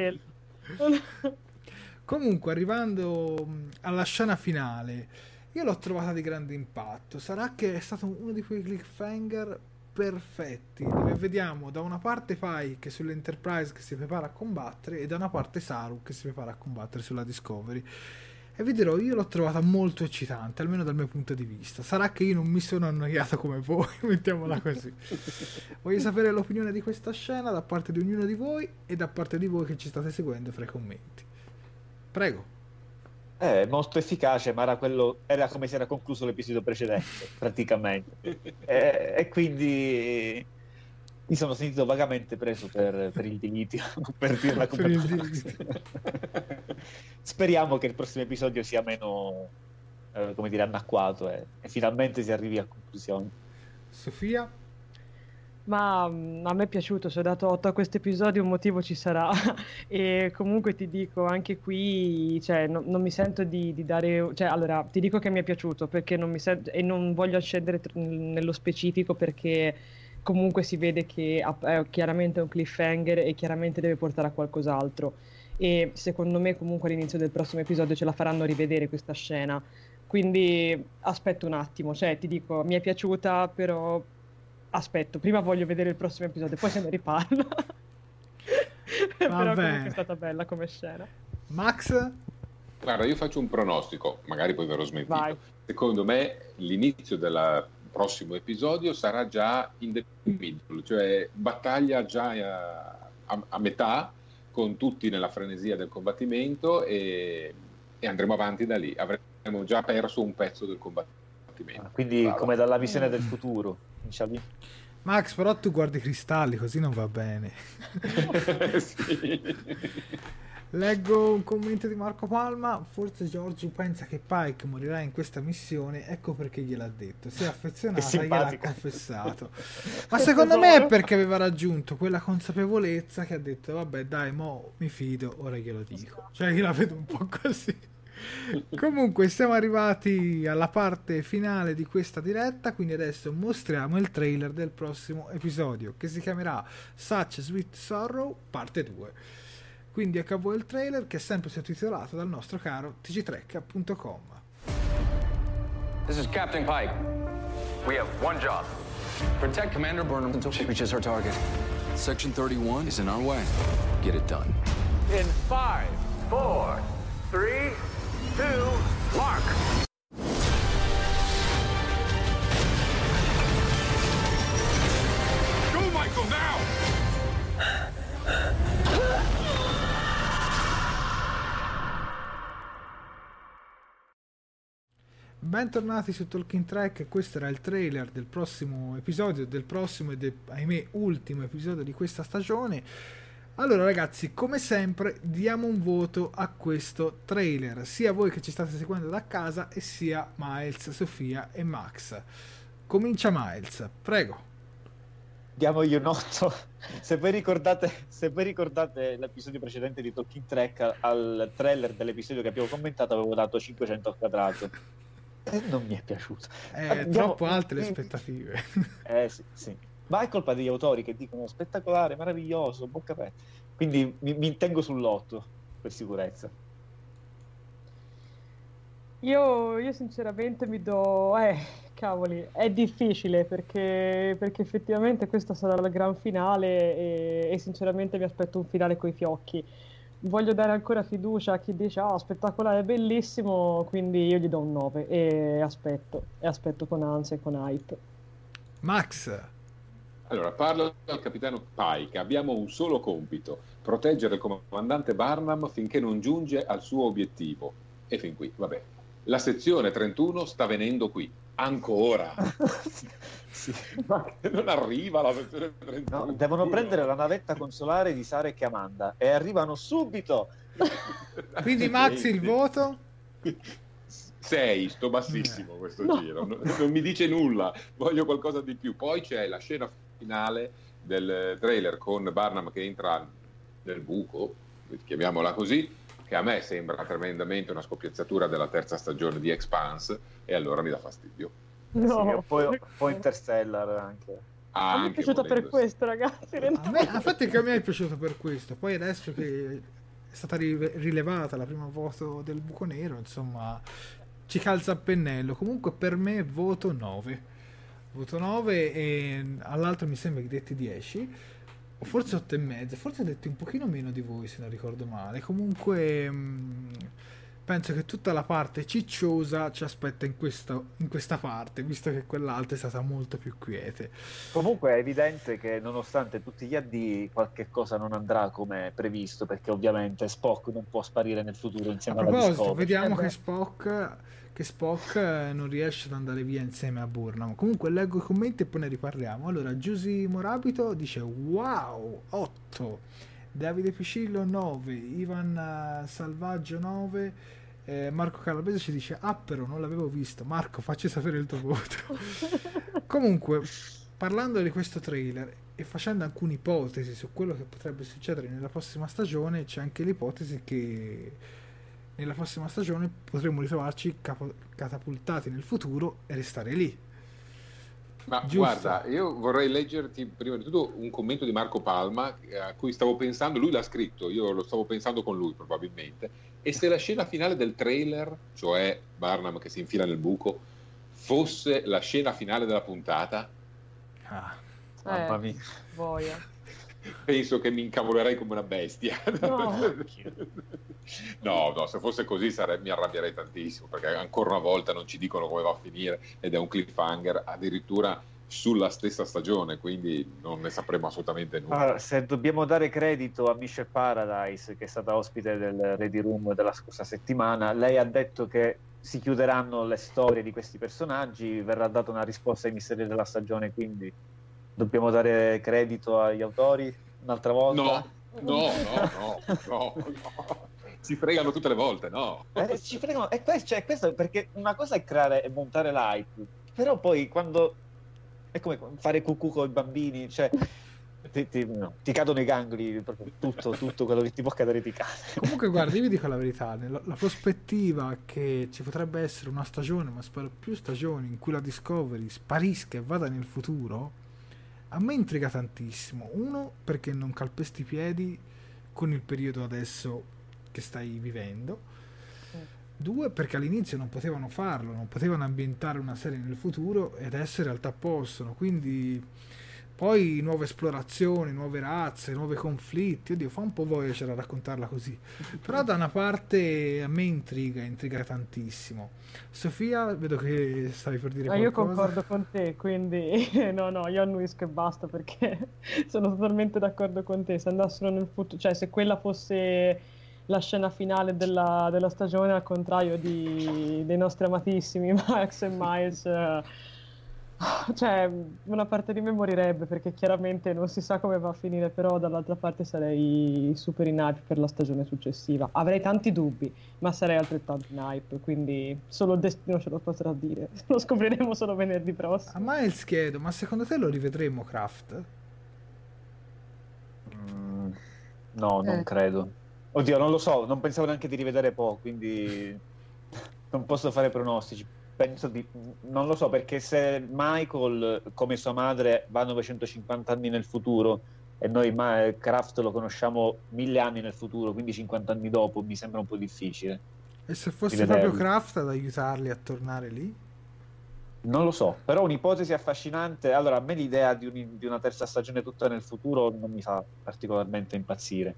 comunque, arrivando alla scena finale, io l'ho trovata di grande impatto. Sarà che è stato uno di quei cliffhanger perfetti, dove vediamo da una parte Pike sull'Enterprise che si prepara a combattere e da una parte Saru che si prepara a combattere sulla Discovery, e vi dirò, io l'ho trovata molto eccitante, almeno dal mio punto di vista. Sarà che io non mi sono annoiato come voi, mettiamola così. Voglio sapere l'opinione di questa scena da parte di ognuno di voi e da parte di voi che ci state seguendo fra i commenti. Prego. Molto efficace, ma era come si era concluso l'episodio precedente, praticamente. E quindi mi sono sentito vagamente preso per il dilitio, per dirla come Speriamo che il prossimo episodio sia meno, come dire, anacquato e finalmente si arrivi a conclusione. Sofia? Ma a me è piaciuto, se ho dato 8 a questo episodio un motivo ci sarà. E comunque ti dico, anche qui, cioè, non mi sento di dare, cioè, allora ti dico che mi è piaciuto perché non mi sento, e non voglio scendere nello specifico perché comunque si vede che è chiaramente un cliffhanger e chiaramente deve portare a qualcos'altro, e secondo me comunque all'inizio del prossimo episodio ce la faranno rivedere questa scena, quindi aspetto un attimo, cioè ti dico, mi è piaciuta, però aspetto, prima voglio vedere il prossimo episodio, poi se ne riparla. Però comunque è stata bella come scena. Max? Guarda, io faccio un pronostico, magari poi verrò smentito. Vai. Secondo me l'inizio del prossimo episodio sarà già in the middle, cioè battaglia già a metà, con tutti nella frenesia del combattimento, e andremo avanti da lì. Avremo già perso un pezzo del combattimento. Quindi come dalla visione del futuro. Max, però tu guardi i cristalli, così non va bene. Sì. Leggo un commento di Marco Palma: forse Giorgio pensa che Pike morirà in questa missione, ecco perché gliel'ha detto, si è affezionata e gliel'ha confessato. Ma secondo me è perché aveva raggiunto quella consapevolezza che ha detto vabbè dai, mo mi fido, ora glielo dico. Cioè io la vedo un po' così. Comunque siamo arrivati alla parte finale di questa diretta, quindi adesso mostriamo il trailer del prossimo episodio, che si chiamerà Such Sweet Sorrow parte 2. Quindi ecco a voi il trailer, che è sempre sottotitolato dal nostro caro tgtrek.com. This is Captain Pike. We have one job. Protect Commander Burnham until she reaches her target. Section 31 is in our way. Get it done. In 5, 4, 3, 2, mark! Go, Michael, now! Bentornati su Talking Track, questo era il trailer del prossimo episodio, del prossimo e ahimè ultimo episodio di questa stagione. Allora ragazzi, come sempre diamo un voto a questo trailer, sia voi che ci state seguendo da casa e sia Miles, Sofia e Max. Comincia Miles, prego. Diamogli un 8. Se voi ricordate l'episodio precedente di Talking Track, al trailer dell'episodio che abbiamo commentato avevo dato 500 al quadrato e non mi è piaciuto. Troppo alte le aspettative. Sì. Ma è colpa degli autori che dicono spettacolare, meraviglioso, bocca aperta. Quindi mi tengo sull'8 per sicurezza. Io sinceramente mi do... cavoli, è difficile perché effettivamente questa sarà la gran finale e sinceramente mi aspetto un finale coi fiocchi. Voglio dare ancora fiducia a chi dice spettacolare, bellissimo, quindi io gli do un 9 e aspetto con ansia e con hype. Max. Allora, parlo al capitano Pike. Abbiamo un solo compito: proteggere il comandante Burnham finché non giunge al suo obiettivo. E fin qui, vabbè. La sezione 31 sta venendo qui. Ancora. Sì. Ma non arriva la sezione 31. No, devono prendere la navetta consolare di Sarek e Amanda e arrivano subito. Quindi Max, il voto? 6, sto bassissimo questo giro, non mi dice nulla, voglio qualcosa di più. Poi c'è la scena finale del trailer con Burnham che entra nel buco, chiamiamola così, che a me sembra tremendamente una scoppiazzatura della terza stagione di Expanse, e allora mi dà fastidio. No. Sì, poi Interstellar anche. Mi è piaciuto per questo, ragazzi. Infatti che a me è piaciuto per questo. Poi adesso che è stata rilevata la prima voto del buco nero, insomma, ci calza a pennello. Comunque per me voto 9. Voto 9 e all'altro mi sembra che detti 10. O forse 8,5. Forse detti un pochino meno di voi, se non ricordo male. Comunque penso che tutta la parte cicciosa ci aspetta in questa parte, visto che quell'altra è stata molto più quiete. Comunque è evidente che nonostante tutti gli addii qualche cosa non andrà come previsto, perché ovviamente Spock non può sparire nel futuro insieme alla Discovery. Vediamo che Spock non riesce ad andare via insieme a Burnham. Comunque leggo i commenti e poi ne riparliamo. Allora, Giusy Morabito dice wow, 8. Davide Piscillo 9, Ivan Salvaggio 9, Marco Calabrese ci dice però non l'avevo visto. Marco, facci sapere il tuo voto. Comunque, parlando di questo trailer e facendo alcune ipotesi su quello che potrebbe succedere nella prossima stagione, c'è anche l'ipotesi che nella prossima stagione potremmo ritrovarci catapultati nel futuro e restare lì. Ma giusto? Guarda, io vorrei leggerti prima di tutto un commento di Marco Palma a cui stavo pensando. Lui l'ha scritto, io lo stavo pensando con lui probabilmente. E se la scena finale del trailer, cioè Burnham che si infila nel buco, fosse la scena finale della puntata, mamma mia, Boia. penso che mi incavolerei come una bestia. No, se fosse così mi arrabbierei tantissimo, perché ancora una volta non ci dicono come va a finire ed è un cliffhanger addirittura sulla stessa stagione, quindi non ne sapremo assolutamente nulla. Allora, se dobbiamo dare credito a Michelle Paradise, che è stata ospite del Ready Room della scorsa settimana, lei ha detto che si chiuderanno le storie di questi personaggi, verrà data una risposta ai misteri della stagione, quindi dobbiamo dare credito agli autori un'altra volta? No. Si fregano tutte le volte, no? Ci fregano, questo perché una cosa è creare e montare l'hype, però poi quando è come fare cucù con i bambini, cioè ti cadono i gangli, proprio tutto quello che ti può cadere ti cade. Comunque guarda, io vi dico la verità, la prospettiva che ci potrebbe essere una stagione, ma spero più stagioni, in cui la Discovery sparisca e vada nel futuro, a me intriga tantissimo. Uno, perché non calpesti i piedi con il periodo adesso che stai vivendo. Due, perché all'inizio non potevano farlo, non potevano ambientare una serie nel futuro e adesso in realtà possono, quindi poi nuove esplorazioni, nuove razze, nuovi conflitti. Oddio, fa un po' Voyager a raccontarla così, però da una parte a me intriga tantissimo. Sofia, vedo che stavi per dire qualcosa. Io concordo con te, quindi no, io annuisco e basta, perché sono totalmente d'accordo con te. Se andassero nel futuro, cioè se quella fosse la scena finale della stagione, al contrario dei nostri amatissimi Max e Miles. Cioè, una parte di me morirebbe, perché chiaramente non si sa come va a finire, però dall'altra parte sarei super in hype per la stagione successiva. Avrei tanti dubbi, ma sarei altrettanto in hype, quindi solo il destino ce lo potrà dire. Lo scopriremo solo venerdì prossimo. A Miles chiedo, ma secondo te lo rivedremo Kraft? No, non credo. Oddio, non lo so, non pensavo neanche di rivedere Po, quindi non posso fare pronostici. Non lo so, perché se Michael, come sua madre, va 950 anni nel futuro e noi Kraft lo conosciamo 1000 anni nel futuro, quindi 50 anni dopo, mi sembra un po' difficile. E se fosse proprio Kraft ad aiutarli a tornare lì? Non lo so, però un'ipotesi affascinante. Allora, a me l'idea di una terza stagione tutta nel futuro non mi fa particolarmente impazzire.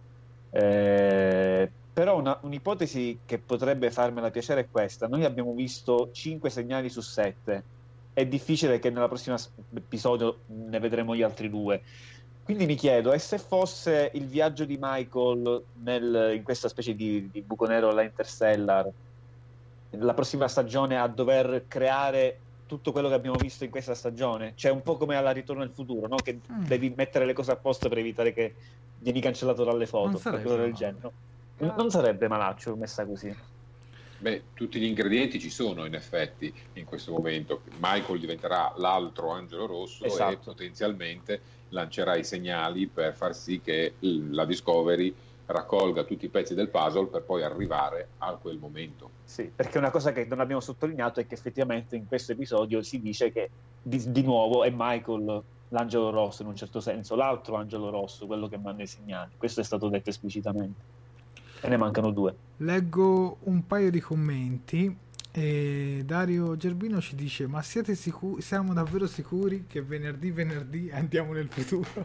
Però un'ipotesi che potrebbe farmela piacere è questa. Noi abbiamo visto 5 segnali su 7. È difficile che nella prossima episodio ne vedremo gli altri 2. Quindi mi chiedo, e se fosse il viaggio di Michael in questa specie di buco nero alla Interstellar, la prossima stagione a dover creare tutto quello che abbiamo visto in questa stagione? Cioè un po' come alla Ritorno al futuro, no? Che devi mettere le cose a posto per evitare che vieni cancellato dalle foto, qualcosa del genere. Non sarebbe malaccio messa così. Beh, tutti gli ingredienti ci sono in effetti in questo momento. Michael diventerà l'altro angelo rosso, esatto, e potenzialmente lancerà i segnali per far sì che la Discovery raccolga tutti i pezzi del puzzle per poi arrivare a quel momento. Sì, perché una cosa che non abbiamo sottolineato è che effettivamente in questo episodio si dice che di nuovo è Michael l'angelo rosso, in un certo senso, l'altro angelo rosso, quello che manda i segnali. Questo è stato detto esplicitamente. E ne mancano 2. Leggo un paio di commenti. Dario Gerbino ci dice: ma siete sicuri? Siamo davvero sicuri che venerdì andiamo nel futuro?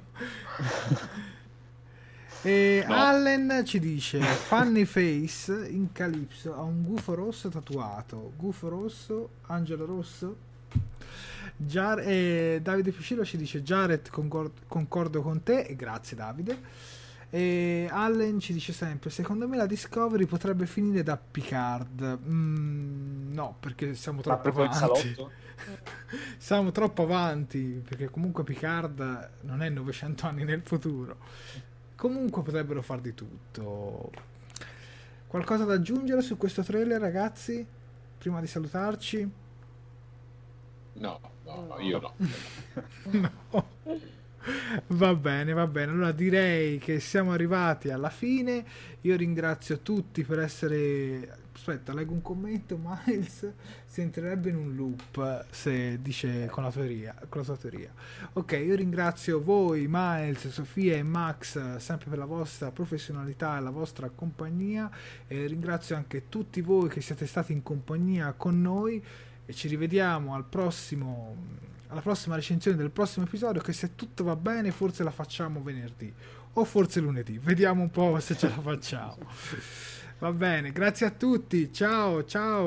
E no. Allen ci dice: Funny Face in Calypso ha un gufo rosso tatuato. Gufo rosso, angelo rosso. Davide Piscillo ci dice: Jared, concordo con te, e grazie Davide. E Allen ci dice sempre: secondo me la Discovery potrebbe finire da Picard. No, perché siamo troppo avanti. Siamo troppo avanti, perché comunque Picard non è 900 anni nel futuro. Comunque potrebbero far di tutto. Qualcosa da aggiungere su questo trailer, ragazzi, prima di salutarci? No, io no. No. Va bene. Allora direi che siamo arrivati alla fine. Io ringrazio tutti per essere... Aspetta, leggo un commento. Miles si entrerebbe in un loop se dice con la sua teoria. Ok, io ringrazio voi, Miles, Sofia e Max, sempre per la vostra professionalità e la vostra compagnia, e ringrazio anche tutti voi che siete stati in compagnia con noi, e ci rivediamo alla prossima recensione del prossimo episodio, che se tutto va bene forse la facciamo venerdì o forse lunedì, vediamo un po' se ce la facciamo. Va bene, grazie a tutti, ciao.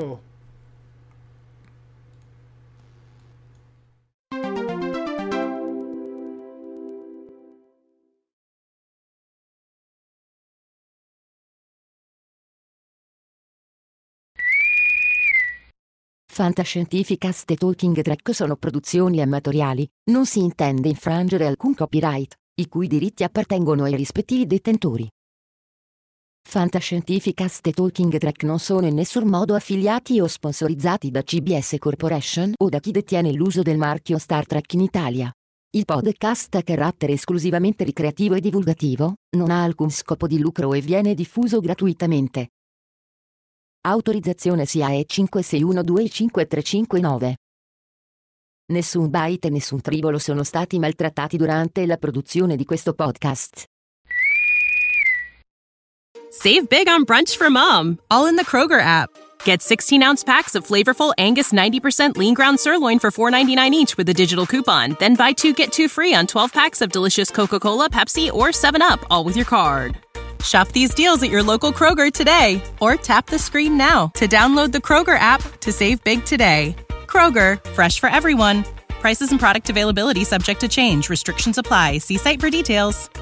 Fantascientificast e Talking Track sono produzioni amatoriali, non si intende infrangere alcun copyright, i cui diritti appartengono ai rispettivi detentori. Fantascientificast e Talking Track non sono in nessun modo affiliati o sponsorizzati da CBS Corporation o da chi detiene l'uso del marchio Star Trek in Italia. Il podcast ha carattere esclusivamente ricreativo e divulgativo, non ha alcun scopo di lucro e viene diffuso gratuitamente. Autorizzazione SIAE 56125359. Nessun byte e nessun tribolo sono stati maltrattati durante la produzione di questo podcast. Save big on brunch for mom, all in the Kroger app. Get 16-ounce packs of flavorful Angus 90% lean ground sirloin for $4.99 each with a digital coupon. Then buy 2, get 2 free on 12 packs of delicious Coca-Cola, Pepsi, or 7-Up, all with your card. Shop these deals at your local Kroger today, or tap the screen now to download the Kroger app to save big today. Kroger, fresh for everyone. Prices and product availability subject to change. Restrictions apply. See site for details.